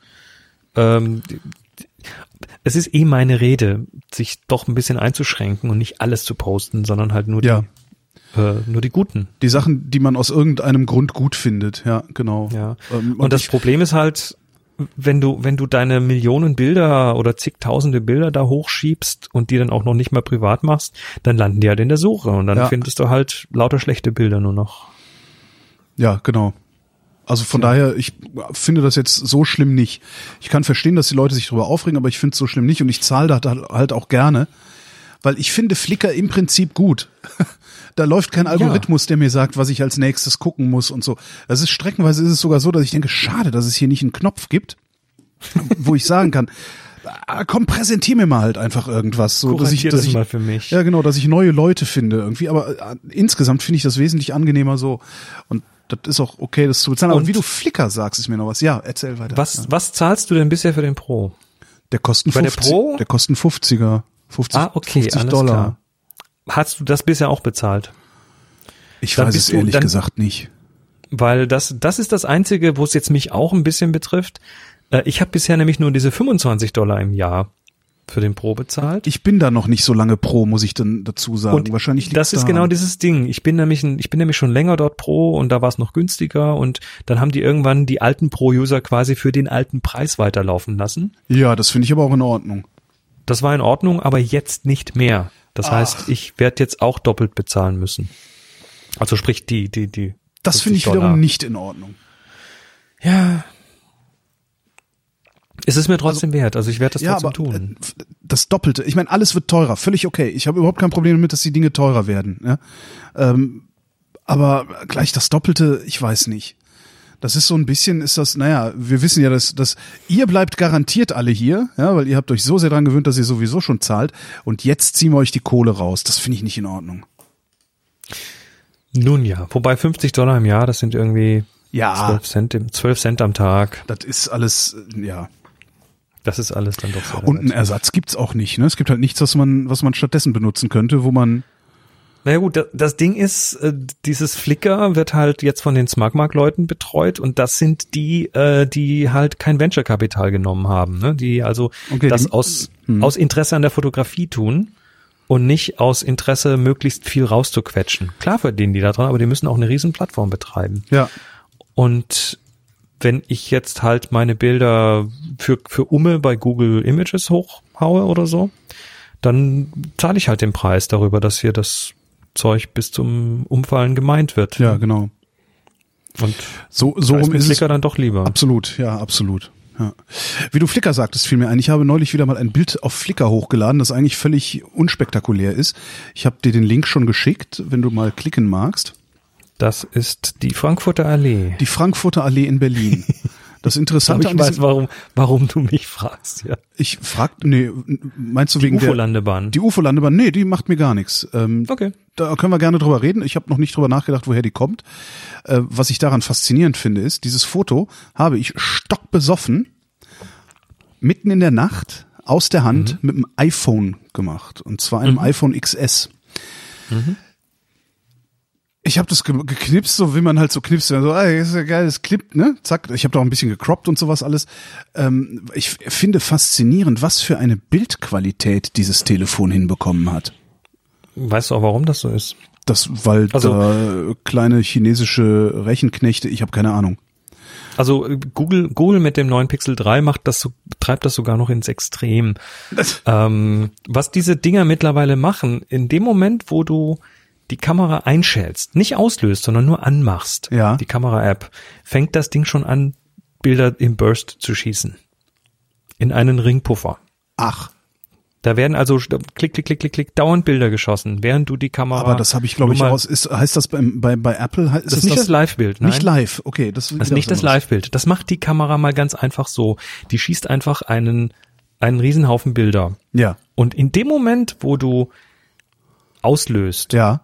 S3: es ist meine Rede, sich doch ein bisschen einzuschränken und nicht alles zu posten, sondern halt nur die guten.
S2: Die Sachen, die man aus irgendeinem Grund gut findet, ja, genau.
S3: Ja. Und das Problem ist halt, wenn du deine Millionen Bilder oder zigtausende Bilder da hochschiebst und die dann auch noch nicht mal privat machst, dann landen die halt in der Suche und dann findest du halt lauter schlechte Bilder nur noch.
S2: Ja, genau. Also von daher, ich finde das jetzt so schlimm nicht. Ich kann verstehen, dass die Leute sich darüber aufregen, aber ich finde es so schlimm nicht und ich zahle da halt auch gerne, weil ich finde Flickr im Prinzip gut. Da läuft kein Algorithmus, der mir sagt, was ich als nächstes gucken muss und so. Streckenweise ist es sogar so, dass ich denke, schade, dass es hier nicht einen Knopf gibt, wo ich sagen kann, komm, präsentier mir mal halt einfach irgendwas, so dass ich
S3: mal für mich.
S2: Ja, genau, dass ich neue Leute finde irgendwie, aber insgesamt finde ich das wesentlich angenehmer so und das ist auch okay, das zu bezahlen. Aber wie du Flickr sagst, ist mir noch was. Ja, erzähl weiter.
S3: Was zahlst du denn bisher für den Pro?
S2: Der kostet 50er. 50
S3: okay,
S2: $50.
S3: Klar. hast du das bisher auch bezahlt?
S2: Ich weiß es ehrlich gesagt nicht.
S3: Weil das ist das Einzige, wo es jetzt mich auch ein bisschen betrifft. Ich habe bisher nämlich nur diese $25 im Jahr für den Pro bezahlt.
S2: Ich bin da noch nicht so lange Pro, muss ich dann dazu sagen.
S3: Und
S2: wahrscheinlich liegt's
S3: das ist genau dieses Ding. Ich bin nämlich schon länger dort Pro und da war es noch günstiger und dann haben die irgendwann die alten Pro-User quasi für den alten Preis weiterlaufen lassen.
S2: Ja, das finde ich aber auch in Ordnung.
S3: Das war in Ordnung, aber jetzt nicht mehr. Das heißt, ich werde jetzt auch doppelt bezahlen müssen. Also sprich die
S2: Das finde ich wiederum nicht in Ordnung.
S3: Ja. Es ist mir trotzdem wert, also ich werde das trotzdem tun.
S2: Das Doppelte, ich meine, alles wird teurer, völlig okay. Ich habe überhaupt kein Problem damit, dass die Dinge teurer werden. Ja? Aber gleich das Doppelte, ich weiß nicht. Das ist so ein bisschen, wir wissen ja, dass ihr bleibt garantiert alle hier, ja, weil ihr habt euch so sehr dran gewöhnt, dass ihr sowieso schon zahlt und jetzt ziehen wir euch die Kohle raus. Das finde ich nicht in Ordnung.
S3: Nun ja, wobei $50 im Jahr, das sind irgendwie 12 Cent am Tag.
S2: Das ist alles, ja.
S3: Das ist alles dann doch so.
S2: Und einen Ersatz gibt's auch nicht, ne? Es gibt halt nichts, was man stattdessen benutzen könnte, wo man.
S3: Naja gut, das Ding ist, dieses Flickr wird halt jetzt von den Smartmark-Leuten betreut und das sind die halt kein Venture-Kapital genommen haben, ne? Die also aus Interesse an der Fotografie tun und nicht aus Interesse, möglichst viel rauszuquetschen. Klar verdienen die da dran, aber die müssen auch eine riesen Plattform betreiben.
S2: Ja.
S3: Und wenn ich jetzt halt meine Bilder für Umme bei Google Images hochhaue oder so, dann zahle ich halt den Preis darüber, dass hier das Zeug bis zum Umfallen gemeint wird.
S2: Ja, genau.
S3: Und
S2: so rum ist
S3: Flickr dann doch lieber.
S2: Absolut, ja, absolut. Ja. Wie du Flickr sagtest, fiel mir ein, ich habe neulich wieder mal ein Bild auf Flickr hochgeladen, das eigentlich völlig unspektakulär ist. Ich habe dir den Link schon geschickt, wenn du mal klicken magst.
S3: Das ist die Frankfurter Allee.
S2: Die Frankfurter Allee in Berlin. Das Interessante
S3: an diesem... Ich weiß, warum du mich fragst, ja.
S2: Ich meinst du wegen
S3: der... Die UFO-Landebahn.
S2: Die UFO-Landebahn, nee, die macht mir gar nichts.
S3: Okay.
S2: Da können wir gerne drüber reden. Ich habe noch nicht drüber nachgedacht, woher die kommt. Was ich daran faszinierend finde, ist, dieses Foto habe ich stockbesoffen mitten in der Nacht aus der Hand mit einem iPhone gemacht. Und zwar einem iPhone XS. Mhm. Ich habe das geknipst, so wie man halt so knipst, so, das ist ja geil, das klippt, ne? Zack, ich habe da auch ein bisschen gecroppt und sowas alles. Ich finde faszinierend, was für eine Bildqualität dieses Telefon hinbekommen hat.
S3: Weißt du auch, warum das so ist?
S2: Weil da kleine chinesische Rechenknechte, ich habe keine Ahnung.
S3: Also Google mit dem neuen Pixel 3 treibt das sogar noch ins Extrem. Was diese Dinger mittlerweile machen, in dem Moment, wo du die Kamera einschältst, nicht auslöst, sondern nur anmachst, die Kamera-App, fängt das Ding schon an, Bilder im Burst zu schießen. In einen Ringpuffer.
S2: Ach.
S3: Da werden also klick, dauernd Bilder geschossen, während du die Kamera...
S2: Aber das habe ich, glaube ich, heißt das bei Apple?
S3: Das ist nicht das Live-Bild, nein.
S2: Nicht live, okay. Das
S3: ist nicht das Live-Bild. Das macht die Kamera mal ganz einfach so. Die schießt einfach einen Riesenhaufen Bilder.
S2: Ja.
S3: Und in dem Moment, wo du auslöst...
S2: Ja.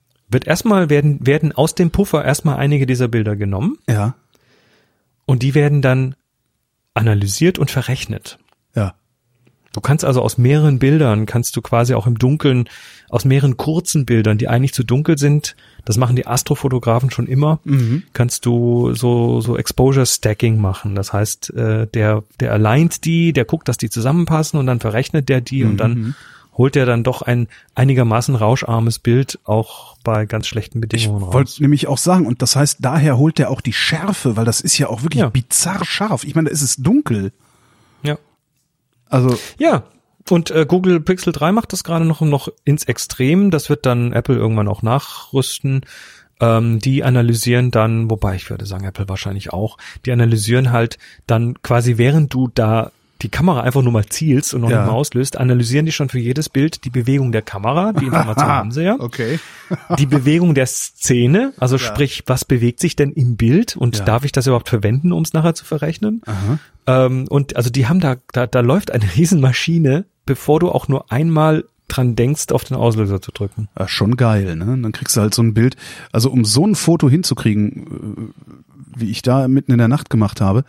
S3: werden aus dem Puffer erstmal einige dieser Bilder genommen.
S2: Ja.
S3: Und die werden dann analysiert und verrechnet.
S2: Ja.
S3: Du kannst also aus mehreren Bildern, kannst du quasi auch im Dunkeln, aus mehreren kurzen Bildern, die eigentlich zu dunkel sind, das machen die Astrofotografen schon immer, kannst du so Exposure Stacking machen. Das heißt, der alignt der guckt, dass die zusammenpassen und dann verrechnet der die und dann holt er dann doch ein einigermaßen rauscharmes Bild auch bei ganz schlechten Bedingungen raus.
S2: Ich wollte nämlich auch sagen, und das heißt, daher holt er auch die Schärfe, weil das ist ja auch wirklich bizarr scharf. Ich meine, da ist es dunkel.
S3: Ja.
S2: Also.
S3: Ja. Und Google Pixel 3 macht das gerade noch ins Extrem. Das wird dann Apple irgendwann auch nachrüsten. Die analysieren dann, wobei ich würde sagen, Apple wahrscheinlich auch, die analysieren halt dann quasi, während du da die Kamera einfach nur mal zielst und noch nicht mal auslöst, analysieren die schon für jedes Bild die Bewegung der Kamera, die Informationen haben sie ja.
S2: Okay.
S3: Die Bewegung der Szene, also sprich, was bewegt sich denn im Bild und darf ich das überhaupt verwenden, um es nachher zu verrechnen? Und also die haben da läuft eine Riesenmaschine, bevor du auch nur einmal dran denkst, auf den Auslöser zu drücken.
S2: Ja, schon geil, ne? Dann kriegst du halt so ein Bild. Also um so ein Foto hinzukriegen, wie ich da mitten in der Nacht gemacht habe,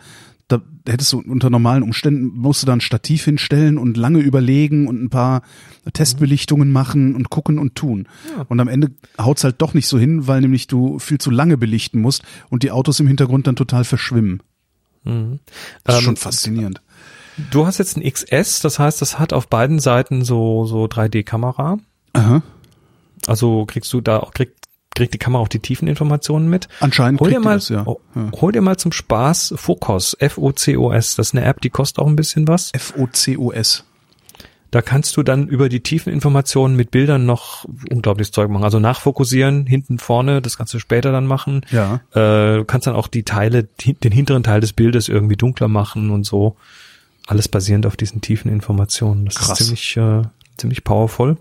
S2: Da hättest du unter normalen Umständen, musst du da ein Stativ hinstellen und lange überlegen und ein paar Testbelichtungen machen und gucken und tun. Ja. Und am Ende haut's halt doch nicht so hin, weil nämlich du viel zu lange belichten musst und die Autos im Hintergrund dann total verschwimmen. Das ist schon faszinierend.
S3: Du hast jetzt ein XS, das heißt, das hat auf beiden Seiten so 3D-Kamera.
S2: Aha.
S3: Also kriegt die Kamera auch die Tiefeninformationen mit.
S2: Anscheinend
S3: hol dir mal zum Spaß Focos, F-O-C-O-S. Das ist eine App, die kostet auch ein bisschen was.
S2: F-O-C-O-S.
S3: Da kannst du dann über die Tiefeninformationen mit Bildern noch unglaubliches Zeug machen. Also nachfokussieren, hinten, vorne, das kannst du später dann machen.
S2: Ja.
S3: Du kannst dann auch den hinteren Teil des Bildes irgendwie dunkler machen und so. Alles basierend auf diesen tiefen Informationen. Das
S2: Krass.
S3: ist ziemlich powerful.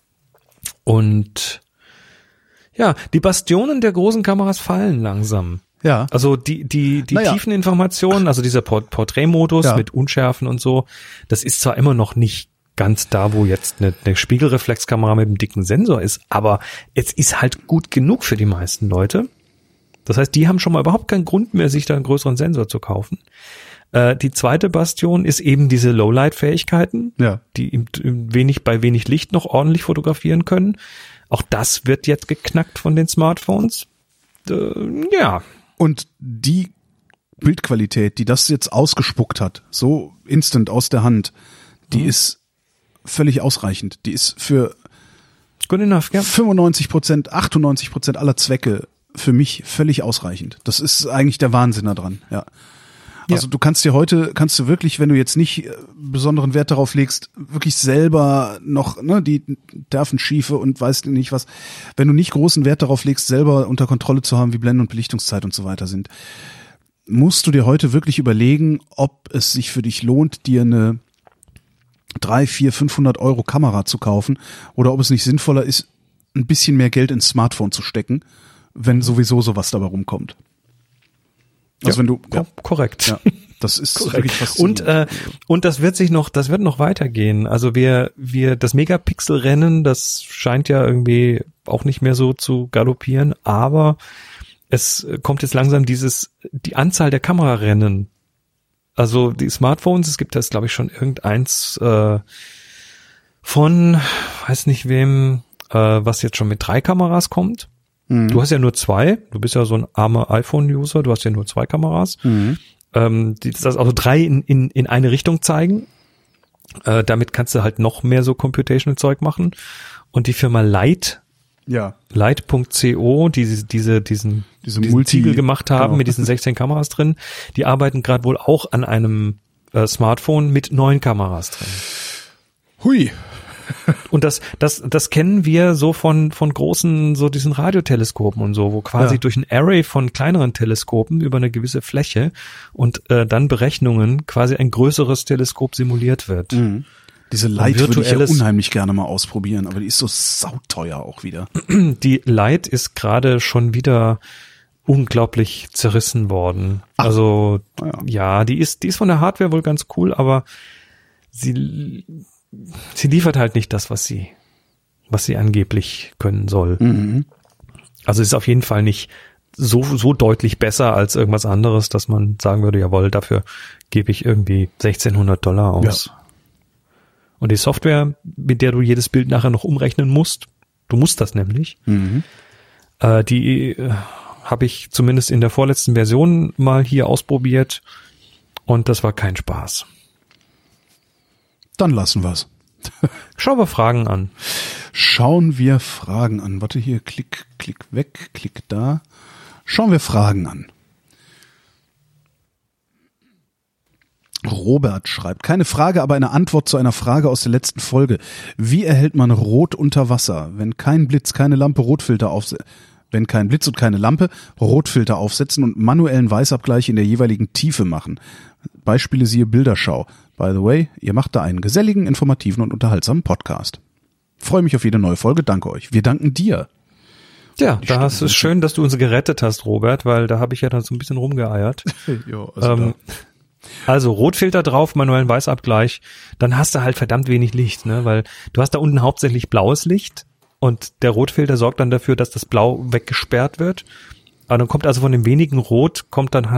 S3: Und ja, die Bastionen der großen Kameras fallen langsam.
S2: Ja.
S3: Also die tiefen Informationen, also dieser Porträtmodus mit Unschärfen und so, das ist zwar immer noch nicht ganz da, wo jetzt eine Spiegelreflexkamera mit einem dicken Sensor ist, aber es ist halt gut genug für die meisten Leute. Das heißt, die haben schon mal überhaupt keinen Grund mehr, sich da einen größeren Sensor zu kaufen. Die zweite Bastion ist eben diese Lowlight-Fähigkeiten, die bei wenig Licht noch ordentlich fotografieren können. Auch das wird jetzt geknackt von den Smartphones. Ja.
S2: Und die Bildqualität, die das jetzt ausgespuckt hat, so instant aus der Hand, die ist völlig ausreichend. Die ist für
S3: good enough,
S2: 95%, 98% aller Zwecke für mich völlig ausreichend. Das ist eigentlich der Wahnsinn daran, ja. Also du kannst du wirklich, wenn du jetzt nicht besonderen Wert darauf legst, wirklich selber noch die Nervenschiefe und weißt nicht was, wenn du nicht großen Wert darauf legst, selber unter Kontrolle zu haben, wie Blenden- und Belichtungszeit und so weiter sind, musst du dir heute wirklich überlegen, ob es sich für dich lohnt, dir eine 300, 400, 500 Euro Kamera zu kaufen oder ob es nicht sinnvoller ist, ein bisschen mehr Geld ins Smartphone zu stecken, wenn sowieso sowas dabei rumkommt. Also wenn du
S3: korrekt.
S2: Ja, das ist wirklich faszinierend.
S3: Und das wird noch weitergehen. Also das Megapixel-Rennen, das scheint ja irgendwie auch nicht mehr so zu galoppieren, aber es kommt jetzt langsam die Anzahl der Kamerarennen. Also die Smartphones, es gibt jetzt glaube ich schon irgendeins von weiß nicht wem, was jetzt schon mit 3 Kameras kommt. Du hast ja nur 2, du bist ja so ein armer iPhone-User, du hast ja nur 2 Kameras, die das also 3 in eine Richtung zeigen. Damit kannst du halt noch mehr so Computational-Zeug machen. Und die Firma Light, Light.co, die diesen Ziegel gemacht haben mit diesen 16 Kameras drin, die arbeiten gerade wohl auch an einem Smartphone mit 9 Kameras drin.
S2: Hui.
S3: Und das kennen wir so von großen, so diesen Radioteleskopen und so, wo quasi durch ein Array von kleineren Teleskopen über eine gewisse Fläche und dann Berechnungen quasi ein größeres Teleskop simuliert wird.
S2: Mhm. Diese Light würde ich ja unheimlich gerne mal ausprobieren, aber die ist so sauteuer auch wieder.
S3: Die Light ist gerade schon wieder unglaublich zerrissen worden. Ach. Also die ist von der Hardware wohl ganz cool, aber sie liefert halt nicht das, was sie angeblich können soll. Mhm. Also ist auf jeden Fall nicht so deutlich besser als irgendwas anderes, dass man sagen würde, jawohl, dafür gebe ich irgendwie $1,600 aus. Ja. Und die Software, mit der du jedes Bild nachher noch umrechnen musst, du musst das nämlich, die habe ich zumindest in der vorletzten Version mal hier ausprobiert und das war kein Spaß.
S2: Dann lassen wir's.
S3: Schauen wir Fragen an.
S2: Schauen wir Fragen an. Warte hier, klick weg, klick da. Schauen wir Fragen an. Robert schreibt, keine Frage, aber eine Antwort zu einer Frage aus der letzten Folge. Wie erhält man Rot unter Wasser, wenn kein Blitz, keine Lampe, Rotfilter wenn kein Blitz und keine Lampe, Rotfilter aufsetzen und manuellen Weißabgleich in der jeweiligen Tiefe machen? Beispiele siehe Bilderschau. By the way, ihr macht da einen geselligen, informativen und unterhaltsamen Podcast. Freue mich auf jede neue Folge, danke euch. Wir danken dir.
S3: Ja, da hast du es schön, dass du uns gerettet hast, Robert, weil da habe ich ja dann so ein bisschen rumgeeiert.
S2: Jo,
S3: also Rotfilter drauf, manuellen Weißabgleich, dann hast du halt verdammt wenig Licht, ne? Weil du hast da unten hauptsächlich blaues Licht und der Rotfilter sorgt dann dafür, dass das Blau weggesperrt wird. Aber dann kommt also von dem wenigen Rot, kommt dann halt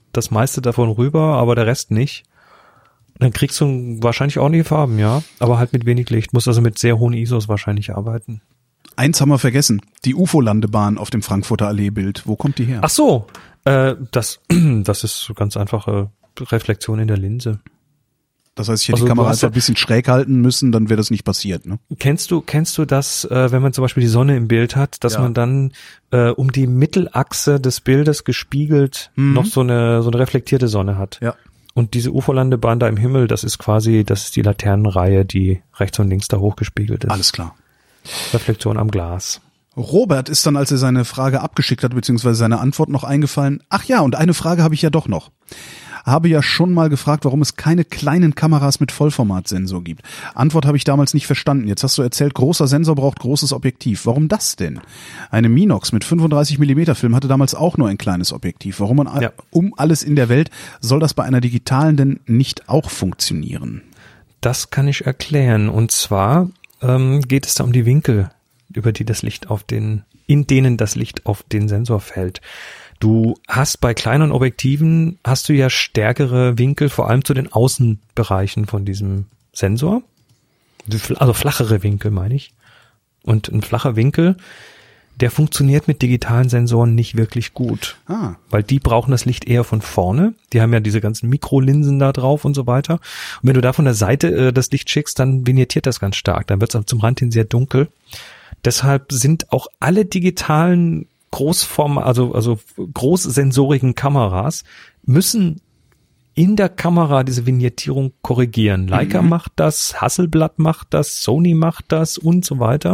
S3: das meiste davon rüber, aber der Rest nicht. Dann kriegst du wahrscheinlich ordentliche Farben, ja, aber halt mit wenig Licht. Musst also mit sehr hohen ISOs wahrscheinlich arbeiten.
S2: Eins haben wir vergessen, die UFO-Landebahn auf dem Frankfurter Allee-Bild. Wo kommt die her?
S3: Ach so, das ist so ganz einfache Reflexion in der Linse.
S2: Das heißt, ich hätte die Kamera einfach ein bisschen schräg halten müssen, dann wäre das nicht passiert, ne?
S3: Kennst du das, wenn man zum Beispiel die Sonne im Bild hat, dass man dann um die Mittelachse des Bildes gespiegelt noch so eine reflektierte Sonne hat?
S2: Ja.
S3: Und diese UFO-Landebahn da im Himmel, das ist die Laternenreihe, die rechts und links da hochgespiegelt ist.
S2: Alles klar.
S3: Reflexion am Glas.
S2: Robert ist dann, als er seine Frage abgeschickt hat, beziehungsweise seine Antwort noch eingefallen. Ach ja, und eine Frage habe ich ja doch noch. Habe ja schon mal gefragt, warum es keine kleinen Kameras mit Vollformatsensor gibt. Antwort habe ich damals nicht verstanden. Jetzt hast du erzählt, großer Sensor braucht großes Objektiv. Warum das denn? Eine Minox mit 35mm Film hatte damals auch nur ein kleines Objektiv. Warum um alles in der Welt soll das bei einer digitalen denn nicht auch funktionieren?
S3: Das kann ich erklären. Und zwar geht es da um die Winkel, über die in denen das Licht auf den Sensor fällt. Du hast bei kleinen Objektiven ja stärkere Winkel, vor allem zu den Außenbereichen von diesem Sensor. Also flachere Winkel, meine ich. Und ein flacher Winkel, der funktioniert mit digitalen Sensoren nicht wirklich gut. Weil die brauchen das Licht eher von vorne. Die haben ja diese ganzen Mikrolinsen da drauf und so weiter. Und wenn du da von der Seite das Licht schickst, dann vignettiert das ganz stark. Dann wird es zum Rand hin sehr dunkel. Deshalb sind auch alle digitalen also großsensorigen Kameras müssen in der Kamera diese Vignettierung korrigieren. Leica macht das, Hasselblad macht das, Sony macht das und so weiter.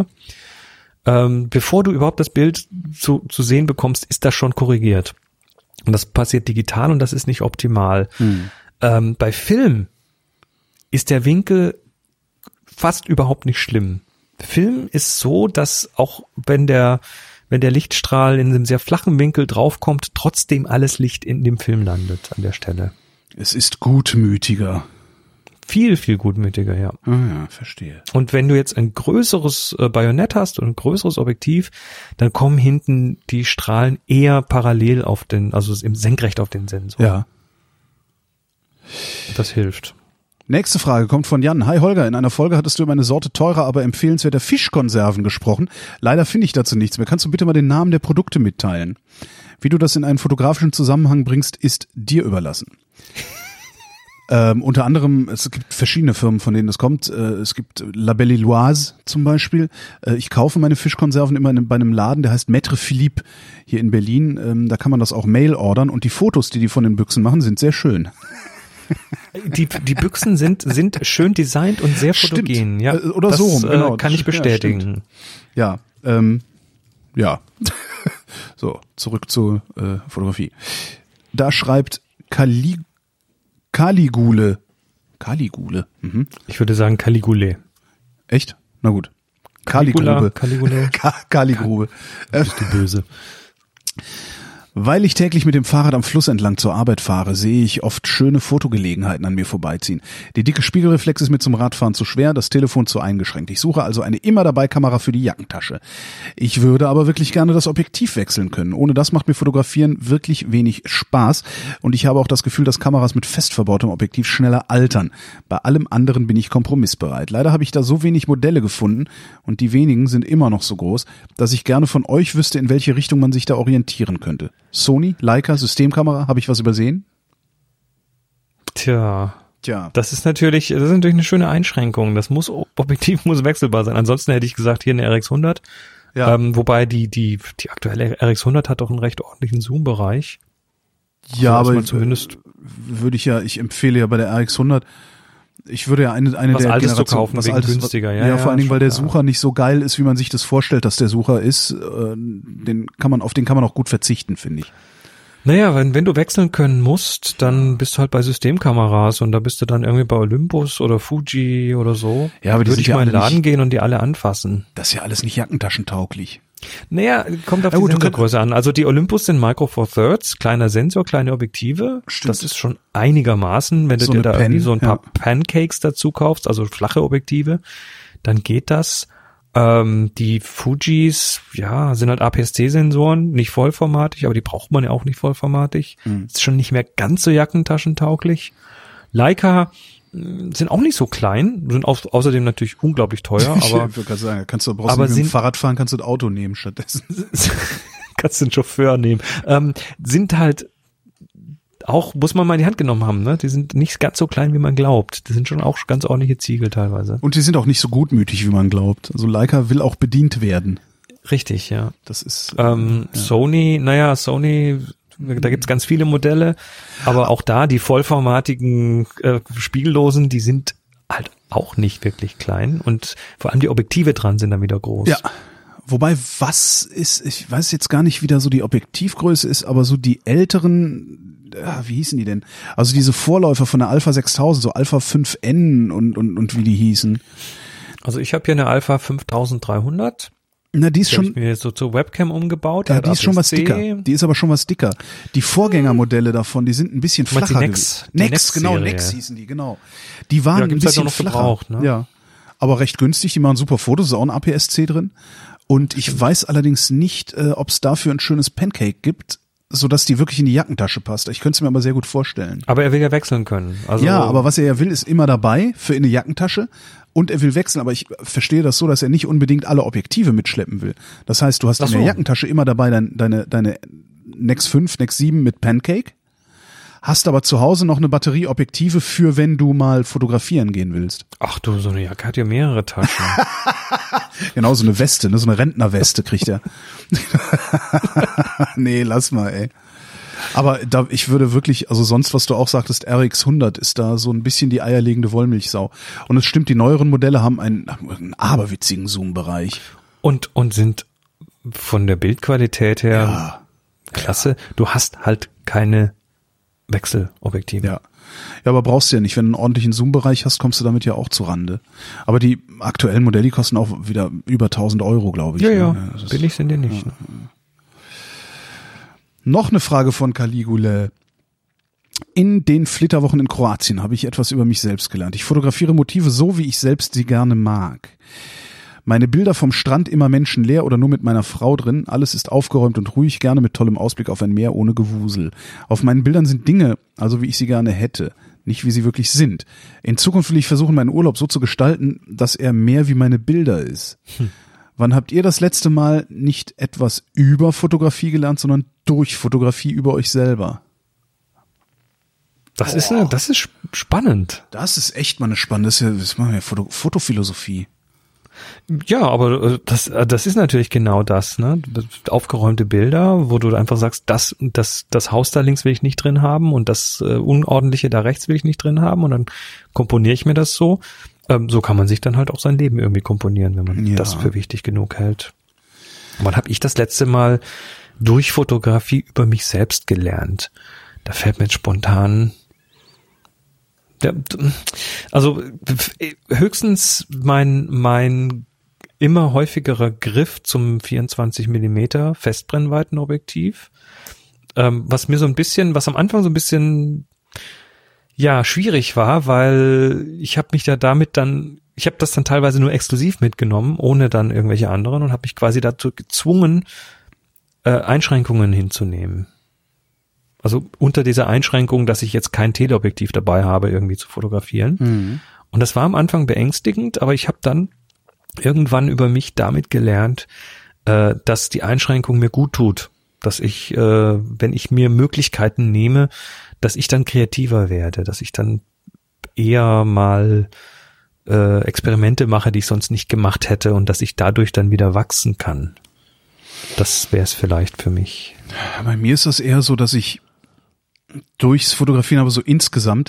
S3: Bevor du überhaupt das Bild zu sehen bekommst, ist das schon korrigiert. Und das passiert digital und das ist nicht optimal. Bei Film ist der Winkel fast überhaupt nicht schlimm. Film ist so, dass auch wenn der Lichtstrahl in einem sehr flachen Winkel draufkommt, trotzdem alles Licht in dem Film landet an der Stelle.
S2: Es ist gutmütiger.
S3: Viel, viel gutmütiger, ja.
S2: Ja, verstehe.
S3: Und wenn du jetzt ein größeres Bajonett hast und ein größeres Objektiv, dann kommen hinten die Strahlen eher parallel also senkrecht auf den Sensor.
S2: Ja.
S3: Das hilft.
S2: Nächste Frage kommt von Jan. Hi Holger, in einer Folge hattest du über eine Sorte teurer, aber empfehlenswerter Fischkonserven gesprochen. Leider finde ich dazu nichts mehr. Kannst du bitte mal den Namen der Produkte mitteilen? Wie du das in einen fotografischen Zusammenhang bringst, ist dir überlassen. Unter anderem, es gibt verschiedene Firmen, von denen das kommt. Es gibt La Belle Illoise zum Beispiel. Ich kaufe meine Fischkonserven immer bei einem Laden, der heißt Maître Philippe hier in Berlin. Da kann man das auch Mail ordern und die Fotos, die von den Büchsen machen, sind sehr schön.
S3: Die Büchsen sind schön designt und sehr fotogen. Ja,
S2: oder das, so rum, genau.
S3: Kann ich bestätigen.
S2: Ja, ja. So, zurück zur Fotografie. Da schreibt Caligule.
S3: Ich würde sagen Caligule.
S2: Echt? Na gut. Caligule.
S3: Caligule. Bist du böse?
S2: Weil ich täglich mit dem Fahrrad am Fluss entlang zur Arbeit fahre, sehe ich oft schöne Fotogelegenheiten an mir vorbeiziehen. Die dicke Spiegelreflex ist mir zum Radfahren zu schwer, das Telefon zu eingeschränkt. Ich suche also eine immer dabei Kamera für die Jackentasche. Ich würde aber wirklich gerne das Objektiv wechseln können. Ohne das macht mir Fotografieren wirklich wenig Spaß und ich habe auch das Gefühl, dass Kameras mit fest verbautem Objektiv schneller altern. Bei allem anderen bin ich kompromissbereit. Leider habe ich da so wenig Modelle gefunden und die wenigen sind immer noch so groß, dass ich gerne von euch wüsste, in welche Richtung man sich da orientieren könnte. Sony, Leica, Systemkamera, habe ich was übersehen?
S3: Tja. Das ist natürlich eine schöne Einschränkung. Objektiv muss wechselbar sein. Ansonsten hätte ich gesagt, hier eine RX100. Ja. Wobei die aktuelle RX100 hat doch einen recht ordentlichen Zoom-Bereich.
S2: Ja, aber zumindest ich empfehle ja bei der RX100, ich würde ja eine
S3: was
S2: der
S3: Altes
S2: Generationen,
S3: zu kaufen, wegen günstiger.
S2: Ja, vor allen Dingen, weil der Sucher nicht so geil ist, wie man sich das vorstellt, dass der Sucher ist. Auf den kann man auch gut verzichten, finde ich.
S3: Naja, wenn du wechseln können musst, dann bist du halt bei Systemkameras und da bist du dann irgendwie bei Olympus oder Fuji oder so.
S2: Ja, aber
S3: würde ich mal in den Laden gehen und die alle anfassen.
S2: Das ist ja alles nicht jackentaschentauglich.
S3: Naja, kommt auf die Sensorgröße an. Also die Olympus sind Micro Four Thirds, kleiner Sensor, kleine Objektive.
S2: Stimmt.
S3: Das ist schon einigermaßen, wenn du dir da irgendwie so ein paar Pancakes dazu kaufst, also flache Objektive, dann geht das. Die Fujis, ja, sind halt APS-C-Sensoren, nicht vollformatig, aber die braucht man ja auch nicht vollformatig. Ist schon nicht mehr ganz so jackentaschentauglich. Leica sind auch nicht so klein, sind außerdem natürlich unglaublich teuer, aber.
S2: Ich würde gerade sagen, brauchst du nicht mit dem Fahrrad fahren, kannst du das Auto nehmen stattdessen.
S3: Kannst du den Chauffeur nehmen. Sind halt auch, muss man mal in die Hand genommen haben, ne? Die sind nicht ganz so klein, wie man glaubt. Die sind schon auch ganz ordentliche Ziegel teilweise.
S2: Und die sind auch nicht so gutmütig, wie man glaubt. Also Leica will auch bedient werden.
S3: Richtig, ja.
S2: Das ist
S3: Sony, da gibt's ganz viele Modelle, aber auch da die vollformatigen Spiegellosen, die sind halt auch nicht wirklich klein und vor allem die Objektive dran sind dann wieder groß.
S2: Ja. Wobei, ich weiß jetzt gar nicht, wie da so die Objektivgröße ist, aber so die älteren, wie hießen die denn? Also diese Vorläufer von der Alpha 6000, so Alpha 5N und wie die hießen.
S3: Also ich habe hier eine Alpha 5300.
S2: Na, die ist schon.
S3: Ich mir jetzt so zur Webcam umgebaut.
S2: Ja, die ist schon was dicker. Die ist aber schon was dicker. Die Vorgängermodelle davon, die sind ein bisschen flacher.
S3: Nex,
S2: genau, Nex hießen die, genau. Die waren ein bisschen
S3: halt
S2: flacher.
S3: Gebraucht, ne?
S2: Ja. Aber recht günstig, die machen super Fotos, ist auch ein APS-C drin. Und ich weiß allerdings nicht, ob es dafür ein schönes Pancake gibt, sodass die wirklich in die Jackentasche passt. Ich könnte es mir aber sehr gut vorstellen.
S3: Aber er will ja wechseln können. Also
S2: ja, aber was er ja will, ist immer dabei für in die Jackentasche. Und er will wechseln, aber ich verstehe das so, dass er nicht unbedingt alle Objektive mitschleppen will. Das heißt, du hast in der Jackentasche immer dabei deine Nex 5, Nex 7 mit Pancake, hast aber zu Hause noch eine Batterie Objektive für, wenn du mal fotografieren gehen willst.
S3: Ach du, so eine Jacke hat ja mehrere Taschen.
S2: Genau, so eine Weste, ne, so eine Rentnerweste kriegt er. Nee, lass mal, ey. Aber ich würde wirklich, also sonst, was du auch sagtest, RX100 ist da so ein bisschen die eierlegende Wollmilchsau. Und es stimmt, die neueren Modelle haben einen aberwitzigen Zoom-Bereich.
S3: Und sind von der Bildqualität her klasse. Du hast halt keine Wechselobjektive.
S2: Ja, aber brauchst du ja nicht. Wenn du einen ordentlichen Zoom-Bereich hast, kommst du damit ja auch zu Rande. Aber die aktuellen Modelle, die kosten auch wieder über 1.000 €, glaube ich.
S3: Ja,
S2: ne?
S3: Billig sind die nicht.
S2: Ja. Noch eine Frage von Caligule. In den Flitterwochen in Kroatien habe ich etwas über mich selbst gelernt. Ich fotografiere Motive so, wie ich selbst sie gerne mag. Meine Bilder vom Strand immer menschenleer oder nur mit meiner Frau drin. Alles ist aufgeräumt und ruhig, gerne mit tollem Ausblick auf ein Meer ohne Gewusel. Auf meinen Bildern sind Dinge, also wie ich sie gerne hätte, nicht wie sie wirklich sind. In Zukunft will ich versuchen, meinen Urlaub so zu gestalten, dass er mehr wie meine Bilder ist. Wann habt ihr das letzte Mal nicht etwas über Fotografie gelernt, sondern durch Fotografie über euch selber?
S3: Das ist spannend.
S2: Das ist echt mal eine spannende, das machen wir Fotophilosophie.
S3: Ja, aber das ist natürlich genau das, ne? Aufgeräumte Bilder, wo du einfach sagst, das Haus da links will ich nicht drin haben und das Unordentliche da rechts will ich nicht drin haben und dann komponiere ich mir das so. So kann man sich dann halt auch sein Leben irgendwie komponieren, wenn man das für wichtig genug hält. Wann habe ich das letzte Mal durch Fotografie über mich selbst gelernt? Da fällt mir jetzt spontan, also höchstens mein immer häufigerer Griff zum 24 mm Festbrennweitenobjektiv, was am Anfang so ein bisschen schwierig war, weil ich habe das dann teilweise nur exklusiv mitgenommen, ohne dann irgendwelche anderen und habe mich quasi dazu gezwungen, Einschränkungen hinzunehmen. Also unter dieser Einschränkung, dass ich jetzt kein Teleobjektiv dabei habe, irgendwie zu fotografieren. Mhm. Und das war am Anfang beängstigend, aber ich habe dann irgendwann über mich damit gelernt, dass die Einschränkung mir gut tut. Dass ich, wenn ich mir Möglichkeiten nehme, dass ich dann kreativer werde, dass ich dann eher mal Experimente mache, die ich sonst nicht gemacht hätte und dass ich dadurch dann wieder wachsen kann. Das wäre es vielleicht für mich.
S2: Bei mir ist das eher so, dass ich durchs Fotografieren aber so insgesamt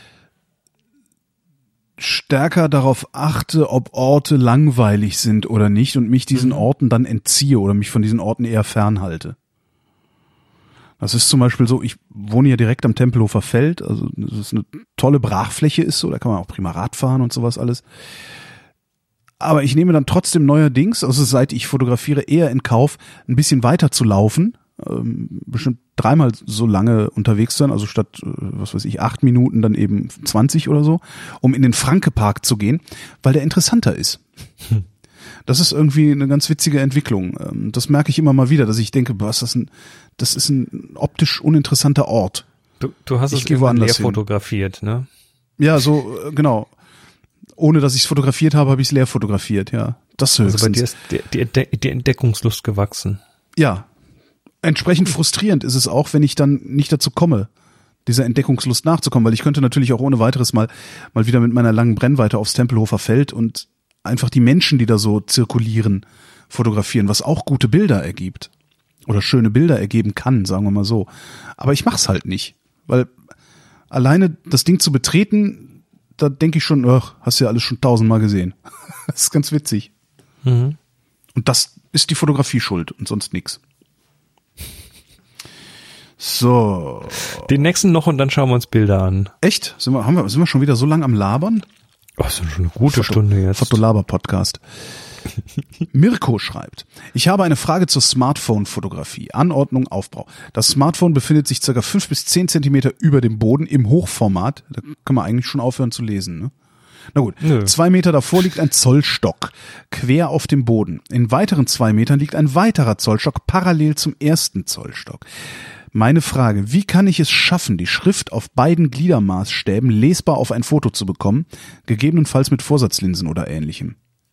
S2: stärker darauf achte, ob Orte langweilig sind oder nicht und mich diesen Orten dann entziehe oder mich von diesen Orten eher fernhalte. Das ist zum Beispiel so, ich wohne ja direkt am Tempelhofer Feld, also das ist eine tolle Brachfläche ist so, da kann man auch prima Rad fahren und sowas alles. Aber ich nehme dann trotzdem neuerdings, also seit ich fotografiere, eher in Kauf, ein bisschen weiter zu laufen, bestimmt 3-mal so lange unterwegs zu sein, also statt, 8 Minuten dann eben 20 oder so, um in den Franke-Park zu gehen, weil der interessanter ist. Das ist irgendwie eine ganz witzige Entwicklung. Das merke ich immer mal wieder, dass ich denke, das ist ein optisch uninteressanter Ort.
S3: Du hast es leer fotografiert, ne?
S2: Ja, so, genau. Ohne, dass ich es fotografiert habe, habe ich es leer fotografiert, ja. Das höchstens.
S3: Also bei dir ist die Entdeckungslust gewachsen.
S2: Ja. Entsprechend frustrierend ist es auch, wenn ich dann nicht dazu komme, dieser Entdeckungslust nachzukommen, weil ich könnte natürlich auch ohne weiteres mal wieder mit meiner langen Brennweite aufs Tempelhofer Feld und einfach die Menschen, die da so zirkulieren, fotografieren, was auch gute Bilder ergibt. Oder schöne Bilder ergeben kann, sagen wir mal so. Aber ich mach's halt nicht, weil alleine das Ding zu betreten, da denke ich schon, ach, hast ja alles schon 1000-mal gesehen. Das ist ganz witzig.
S3: Mhm.
S2: Und das ist die Fotografie schuld und sonst nix. So.
S3: Den nächsten noch und dann schauen wir uns Bilder an.
S2: Echt? Sind wir schon wieder so lang am Labern?
S3: Oh, das ist schon eine gute Stunde jetzt.
S2: Fotolaber-Podcast. Mirko schreibt, ich habe eine Frage zur Smartphone-Fotografie. Anordnung, Aufbau. Das Smartphone befindet sich ca. 5 bis 10 Zentimeter über dem Boden im Hochformat. Da kann man eigentlich schon aufhören zu lesen, ne? Na gut, 2 Meter davor liegt ein Zollstock, quer auf dem Boden. In weiteren 2 Metern liegt ein weiterer Zollstock, parallel zum ersten Zollstock. Meine Frage, wie kann ich es schaffen, die Schrift auf beiden Gliedermaßstäben lesbar auf ein Foto zu bekommen, gegebenenfalls mit Vorsatzlinsen oder ähnlichem?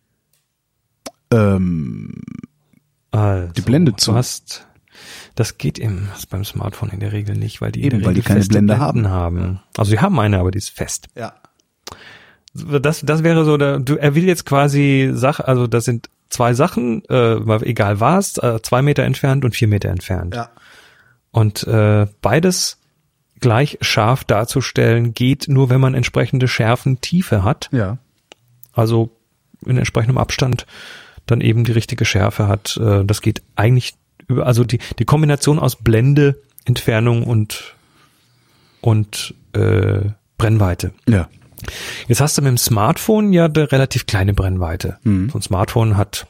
S3: Also,
S2: die Blende zu.
S3: Das geht beim Smartphone in der Regel nicht, weil die
S2: weil die keine Blende haben.
S3: Also sie haben eine, aber die ist fest.
S2: Ja.
S3: Das wäre so, er will jetzt quasi also das sind 2 Sachen, egal was, 2 Meter entfernt und 4 Meter entfernt.
S2: Ja.
S3: Und beides gleich scharf darzustellen geht nur, wenn man entsprechende Schärfentiefe hat.
S2: Ja.
S3: Also in entsprechendem Abstand dann eben die richtige Schärfe hat. Das geht eigentlich also die Kombination aus Blende, Entfernung und Brennweite.
S2: Ja.
S3: Jetzt hast du mit dem Smartphone ja eine relativ kleine Brennweite.
S2: Mhm.
S3: So ein Smartphone hat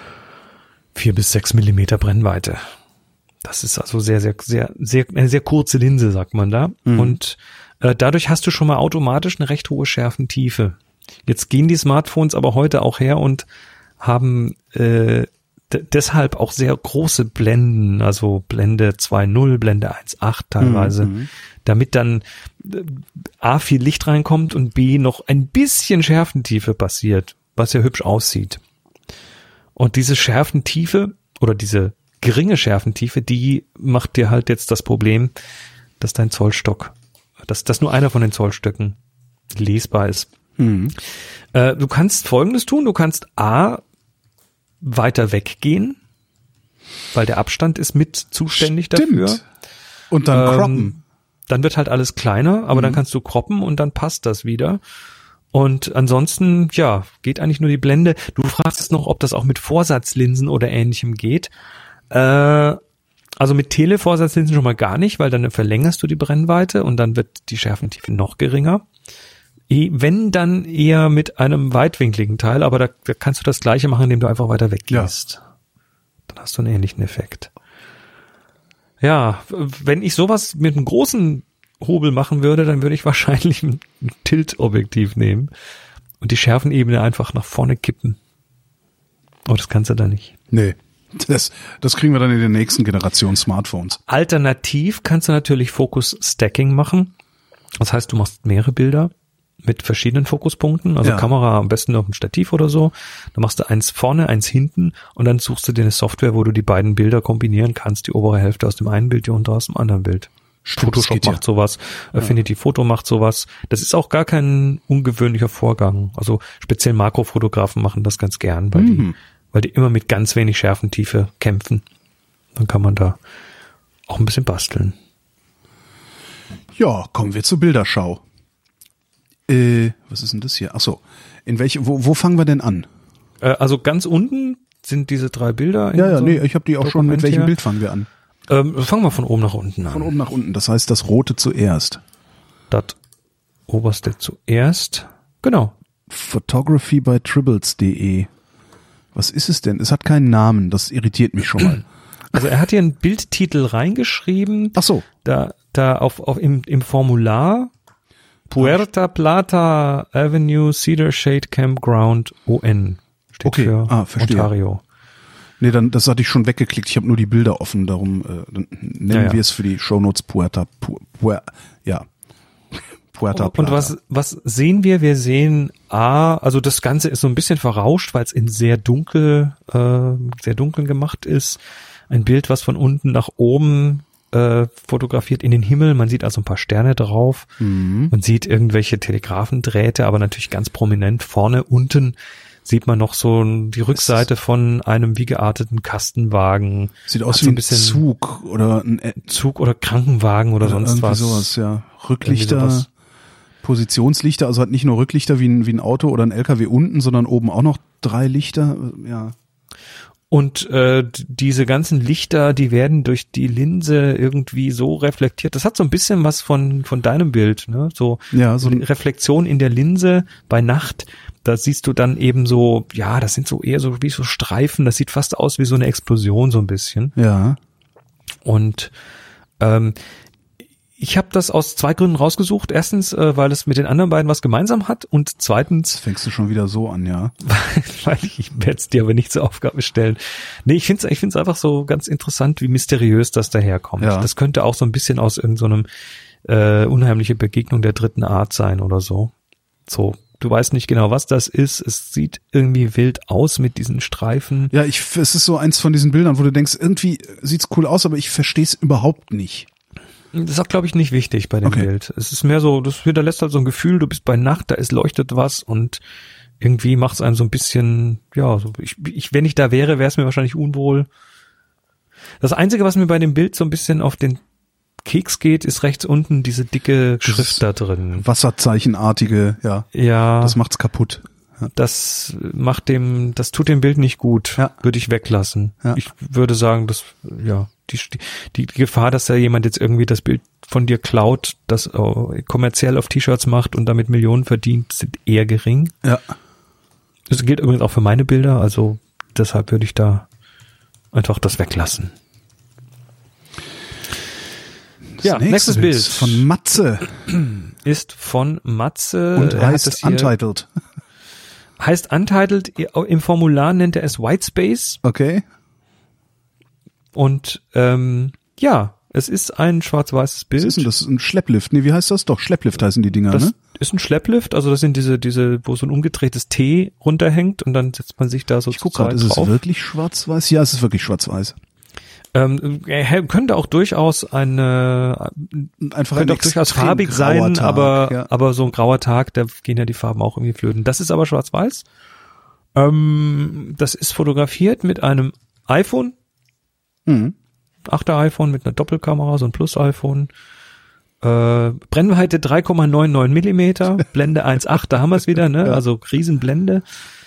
S3: 4 bis 6 Millimeter Brennweite. Das ist also eine sehr kurze Linse, sagt man da.
S2: Mhm.
S3: Und dadurch hast du schon mal automatisch eine recht hohe Schärfentiefe. Jetzt gehen die Smartphones aber heute auch her und haben deshalb auch sehr große Blenden, also Blende 2.0, Blende 1.8 teilweise, damit dann A, viel Licht reinkommt und B, noch ein bisschen Schärfentiefe passiert, was ja hübsch aussieht. Und diese Schärfentiefe oder diese geringe Schärfentiefe, die macht dir halt jetzt das Problem, dass dein Zollstock, dass nur einer von den Zollstöcken lesbar ist.
S2: Mhm.
S3: Du kannst Folgendes tun, du kannst A, weiter weggehen, weil der Abstand ist mit zuständig dafür.
S2: Und dann croppen.
S3: Dann wird halt alles kleiner, aber dann kannst du croppen und dann passt das wieder. Und ansonsten, ja, geht eigentlich nur die Blende. Du fragst noch, ob das auch mit Vorsatzlinsen oder Ähnlichem geht. Also mit Televorsatzlinsen schon mal gar nicht, weil dann verlängerst du die Brennweite und dann wird die Schärfentiefe noch geringer. Wenn, dann eher mit einem weitwinkligen Teil, aber da kannst du das Gleiche machen, indem du einfach weiter weggehst. Ja. Dann hast du einen ähnlichen Effekt. Ja, wenn ich sowas mit einem großen Hobel machen würde, dann würde ich wahrscheinlich ein Tilt-Objektiv nehmen und die Schärfenebene einfach nach vorne kippen. Aber das kannst du da nicht.
S2: Nee, das kriegen wir dann in der nächsten Generation Smartphones.
S3: Alternativ kannst du natürlich Focus-Stacking machen. Das heißt, du machst mehrere Bilder mit verschiedenen Fokuspunkten, also Kamera am besten auf dem Stativ oder so. Dann machst du eins vorne, eins hinten und dann suchst du dir eine Software, wo du die beiden Bilder kombinieren kannst, die obere Hälfte aus dem einen Bild, die untere aus dem anderen Bild. Photoshop macht sowas, Affinity Photo macht sowas. Das ist auch gar kein ungewöhnlicher Vorgang. Also speziell Makrofotografen machen das ganz gern, weil die immer mit ganz wenig Schärfentiefe kämpfen. Dann kann man da auch ein bisschen basteln.
S2: Ja, kommen wir zur Bilderschau. Was ist denn das hier? Ach so, wo fangen wir denn an?
S3: Also ganz unten sind diese 3 Bilder.
S2: Ja, nee, ich habe die auch schon. Mit welchem Bild fangen wir an?
S3: Fangen wir von oben nach unten an.
S2: Von oben nach unten, das heißt das Rote zuerst.
S3: Das oberste zuerst, genau.
S2: Photography by Tribbles.de. Was ist es denn? Es hat keinen Namen, das irritiert mich schon mal.
S3: Also er hat hier einen Bildtitel reingeschrieben.
S2: Ach so.
S3: Da im Formular Puerto Plata Avenue Cedar Shade Campground ON Steht für
S2: verstehe.
S3: Ontario.
S2: Nee, dann, das hatte ich schon weggeklickt. Ich habe nur die Bilder offen, darum dann nennen wir es für die Shownotes Puerto Plata.
S3: Und was sehen wir? Wir sehen also das Ganze ist so ein bisschen verrauscht, weil es in sehr dunkel gemacht ist. Ein Bild, was von unten nach oben fotografiert in den Himmel. Man sieht also ein paar Sterne drauf.
S2: Mhm.
S3: Man sieht irgendwelche Telegraphendrähte, aber natürlich ganz prominent vorne unten sieht man noch so die Rückseite von einem wie gearteten Kastenwagen.
S2: Sieht aus
S3: wie
S2: ein Zug oder ein
S3: Zug oder Krankenwagen oder sonst was.
S2: Sowas, ja. Rücklichter, Positionslichter, also hat nicht nur Rücklichter wie ein Auto oder ein LKW unten, sondern oben auch noch 3 Lichter, ja.
S3: Und diese ganzen Lichter, die werden durch die Linse irgendwie so reflektiert. Das hat so ein bisschen was von deinem Bild, ne? So eine Reflexion in der Linse bei Nacht. Da siehst du dann eben so, ja, das sind so eher so wie so Streifen. Das sieht fast aus wie so eine Explosion so ein bisschen.
S2: Ja.
S3: Und ich habe das aus 2 Gründen rausgesucht. Erstens, weil es mit den anderen beiden was gemeinsam hat. Und zweitens...
S2: Fängst du schon wieder so an, ja?
S3: Weil ich werde es dir aber nicht zur Aufgabe stellen. Nee, ich find's einfach so ganz interessant, wie mysteriös das daherkommt.
S2: Ja.
S3: Das könnte auch so ein bisschen aus irgendeinem unheimliche Begegnung der dritten Art sein oder so. So, du weißt nicht genau, was das ist. Es sieht irgendwie wild aus mit diesen Streifen.
S2: Ja, es ist so eins von diesen Bildern, wo du denkst, irgendwie sieht's cool aus, aber ich verstehe es überhaupt nicht.
S3: Das ist auch, glaube ich, nicht wichtig bei dem Bild. Es ist mehr so, das hinterlässt halt so ein Gefühl, du bist bei Nacht, da leuchtet was und irgendwie macht es einem so ein bisschen, ja, so wenn ich da wäre es mir wahrscheinlich unwohl. Das Einzige, was mir bei dem Bild so ein bisschen auf den Keks geht, ist rechts unten diese dicke Schrift da drin.
S2: Wasserzeichenartige, ja.
S3: Ja.
S2: Das macht's kaputt. Ja.
S3: Das tut dem Bild nicht gut.
S2: Ja.
S3: Würde ich weglassen.
S2: Ja.
S3: Ich würde sagen, die Gefahr, dass da jemand jetzt irgendwie das Bild von dir klaut, das kommerziell auf T-Shirts macht und damit Millionen verdient, sind eher gering.
S2: Ja.
S3: Das gilt übrigens auch für meine Bilder, also deshalb würde ich einfach das weglassen. Nächstes Bild
S2: von Matze.
S3: Ist von Matze.
S2: Und heißt Untitled.
S3: Heißt Untitled, im Formular nennt er es Whitespace.
S2: Okay.
S3: Und es ist ein schwarz-weißes Bild.
S2: Was ist denn das? Ein Schlepplift? Nee, wie heißt das? Doch, Schlepplift heißen die Dinger,
S3: das
S2: ne?
S3: Ist ein Schlepplift, also das sind diese, wo so ein umgedrehtes T runterhängt und dann setzt man sich da so
S2: Ich guck gerade, ist es wirklich schwarz-weiß? Ja, es ist wirklich schwarz-weiß.
S3: Könnte auch durchaus durchaus farbig sein, aber so ein grauer Tag, da gehen ja die Farben auch irgendwie flöten. Das ist aber schwarz-weiß. Das ist fotografiert mit einem iPhone. 8er iPhone mit einer Doppelkamera, so ein Plus-iPhone. Brennweite 3,99 Millimeter, Blende 1,8, da haben wir es wieder, ne?
S2: Ja.
S3: Also Riesenblende.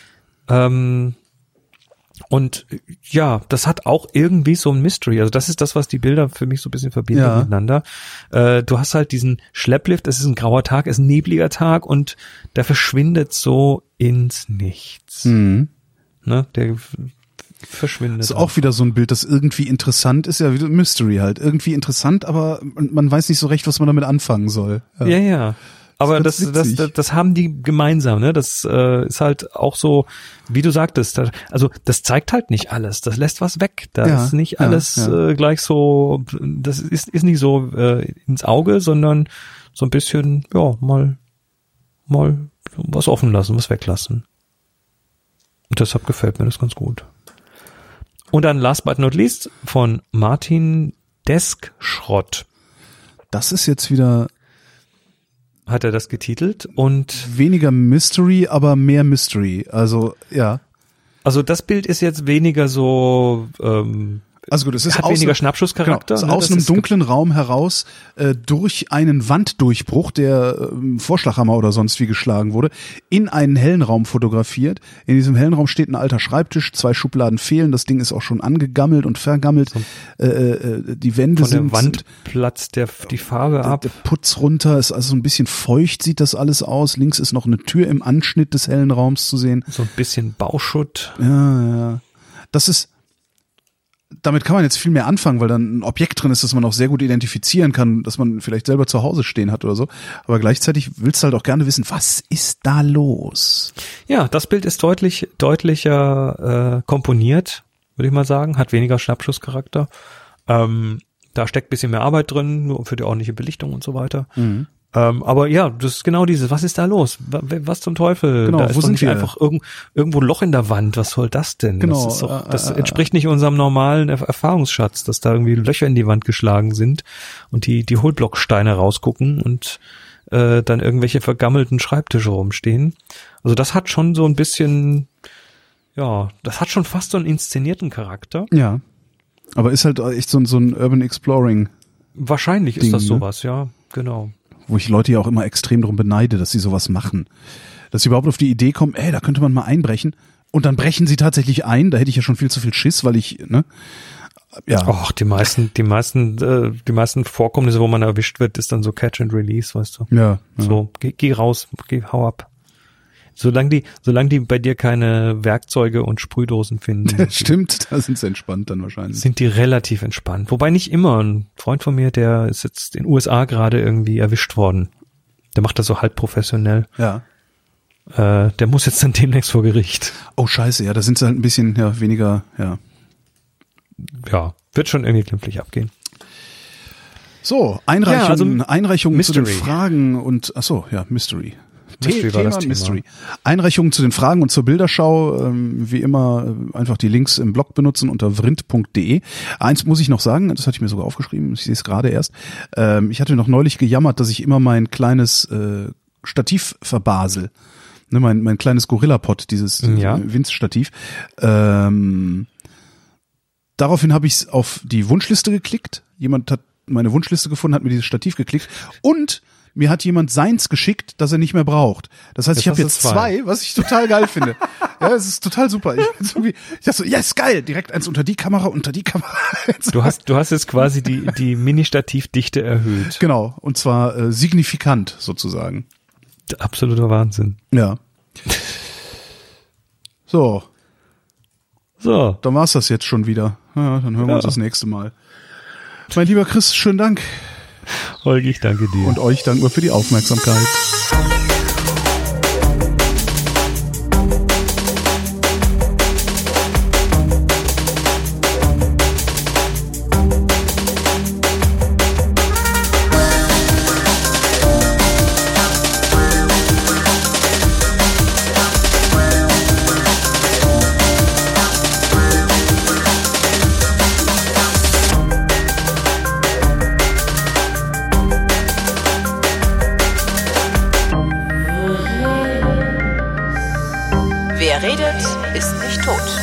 S3: Und ja, das hat auch irgendwie so ein Mystery. Also das ist das, was die Bilder für mich so ein bisschen verbinden miteinander. Du hast halt diesen Schlepplift, es ist ein grauer Tag, es ist ein nebliger Tag und der verschwindet so ins Nichts.
S2: Mhm.
S3: Ne? Der verschwindet.
S2: Das ist auch wieder so ein Bild, das irgendwie interessant ist, ja, wie ein Mystery halt. Irgendwie interessant, aber man weiß nicht so recht, was man damit anfangen soll.
S3: Ja. Aber das haben die gemeinsam, ne? Das ist halt auch so, wie du sagtest, das zeigt halt nicht alles, das lässt was weg. Da ist nicht alles gleich so, das ist nicht so ins Auge, sondern so ein bisschen, mal was offen lassen, was weglassen. Und deshalb gefällt mir das ganz gut. Und dann last but not least von Martin Desk-Schrott.
S2: Das ist jetzt wieder...
S3: Hat er das getitelt und
S2: weniger Mystery, aber mehr Mystery. Also, ja.
S3: Also das Bild ist jetzt weniger so,
S2: also gut, es ist
S3: hat weniger Schnappschusscharakter.
S2: Genau, aus einem dunklen Raum heraus durch einen Wanddurchbruch, der Vorschlaghammer oder sonst wie geschlagen wurde, in einen hellen Raum fotografiert. In diesem hellen Raum steht ein alter Schreibtisch, 2 Schubladen fehlen, das Ding ist auch schon angegammelt und vergammelt. Die Wände
S3: von der Wand platzt die Farbe ab.
S2: Der Putz runter, ist also ein bisschen feucht, sieht das alles aus. Links ist noch eine Tür im Anschnitt des hellen Raums zu sehen.
S3: So ein bisschen Bauschutt.
S2: Ja. Das ist damit kann man jetzt viel mehr anfangen, weil dann ein Objekt drin ist, das man auch sehr gut identifizieren kann, dass man vielleicht selber zu Hause stehen hat oder so. Aber gleichzeitig willst du halt auch gerne wissen, was ist da los?
S3: Ja, das Bild ist deutlicher komponiert, würde ich mal sagen, hat weniger Schnappschusscharakter. Da steckt ein bisschen mehr Arbeit drin, nur für die ordentliche Belichtung und so weiter.
S2: Mhm.
S3: Aber ja, das ist genau dieses, was ist da los? Was zum Teufel?
S2: Genau,
S3: da ist
S2: wo sind
S3: nicht
S2: wir?
S3: einfach irgendwo Loch in der Wand, was soll das denn?
S2: Genau,
S3: Das ist doch, das entspricht nicht unserem normalen Erfahrungsschatz, dass da irgendwie Löcher in die Wand geschlagen sind und die Hohlblocksteine rausgucken und dann irgendwelche vergammelten Schreibtische rumstehen. Also das hat schon so ein bisschen, ja, das hat schon fast so einen inszenierten Charakter.
S2: Ja, aber ist halt echt so ein Urban Exploring.
S3: Wahrscheinlich
S2: Ding,
S3: ist das
S2: ne?
S3: sowas, ja, genau.
S2: Wo ich Leute ja auch immer extrem darum beneide, dass sie sowas machen. Dass sie überhaupt auf die Idee kommen, da könnte man mal einbrechen. Und dann brechen sie tatsächlich ein. Da hätte ich ja schon viel zu viel Schiss, weil ich, ne? Ja.
S3: Och, die meisten Vorkommnisse, wo man erwischt wird, ist dann so Catch and Release, weißt du.
S2: Ja.
S3: So, geh raus, hau ab. Solange die bei dir keine Werkzeuge und Sprühdosen finden.
S2: Stimmt, da sind sie entspannt dann wahrscheinlich.
S3: Sind die relativ entspannt. Wobei nicht immer. Ein Freund von mir, der ist jetzt in den USA gerade irgendwie erwischt worden. Der macht das so halb professionell.
S2: Ja.
S3: Der muss jetzt dann demnächst vor Gericht.
S2: Oh scheiße, ja, da sind sie halt ein bisschen weniger, ja.
S3: Ja, wird schon irgendwie glimpflich abgehen.
S2: So, Einreichungen zu den
S3: Mystery.
S2: Fragen und, Mystery.
S3: Mystery war das Thema.
S2: Mystery. Einreichungen zu den Fragen und zur Bilderschau, wie immer einfach die Links im Blog benutzen unter vrind.de. Eins muss ich noch sagen, das hatte ich mir sogar aufgeschrieben, ich sehe es gerade erst. Ich hatte noch neulich gejammert, dass ich immer mein kleines Stativ verbasel. Ne, mein kleines Gorilla-Pod, dieses Winz-Stativ. Daraufhin habe ich es auf die Wunschliste geklickt. Jemand hat meine Wunschliste gefunden, hat mir dieses Stativ geklickt und mir hat jemand seins geschickt, das er nicht mehr braucht. Das heißt, ich habe jetzt zwei, was ich total geil finde. Ja, es ist total super. Ich dachte so, ja, ist geil. Direkt eins unter die Kamera.
S3: Du hast jetzt quasi die Mini-Stativdichte erhöht.
S2: Genau. Und zwar signifikant sozusagen.
S3: Absoluter Wahnsinn.
S2: Ja. So. Dann war's das jetzt schon wieder. Ja, dann hören wir uns das nächste Mal. Mein lieber Chris, schönen Dank.
S3: Holgi, ich danke dir.
S2: Und euch danken wir für die Aufmerksamkeit.
S1: Wer redet, ist nicht tot.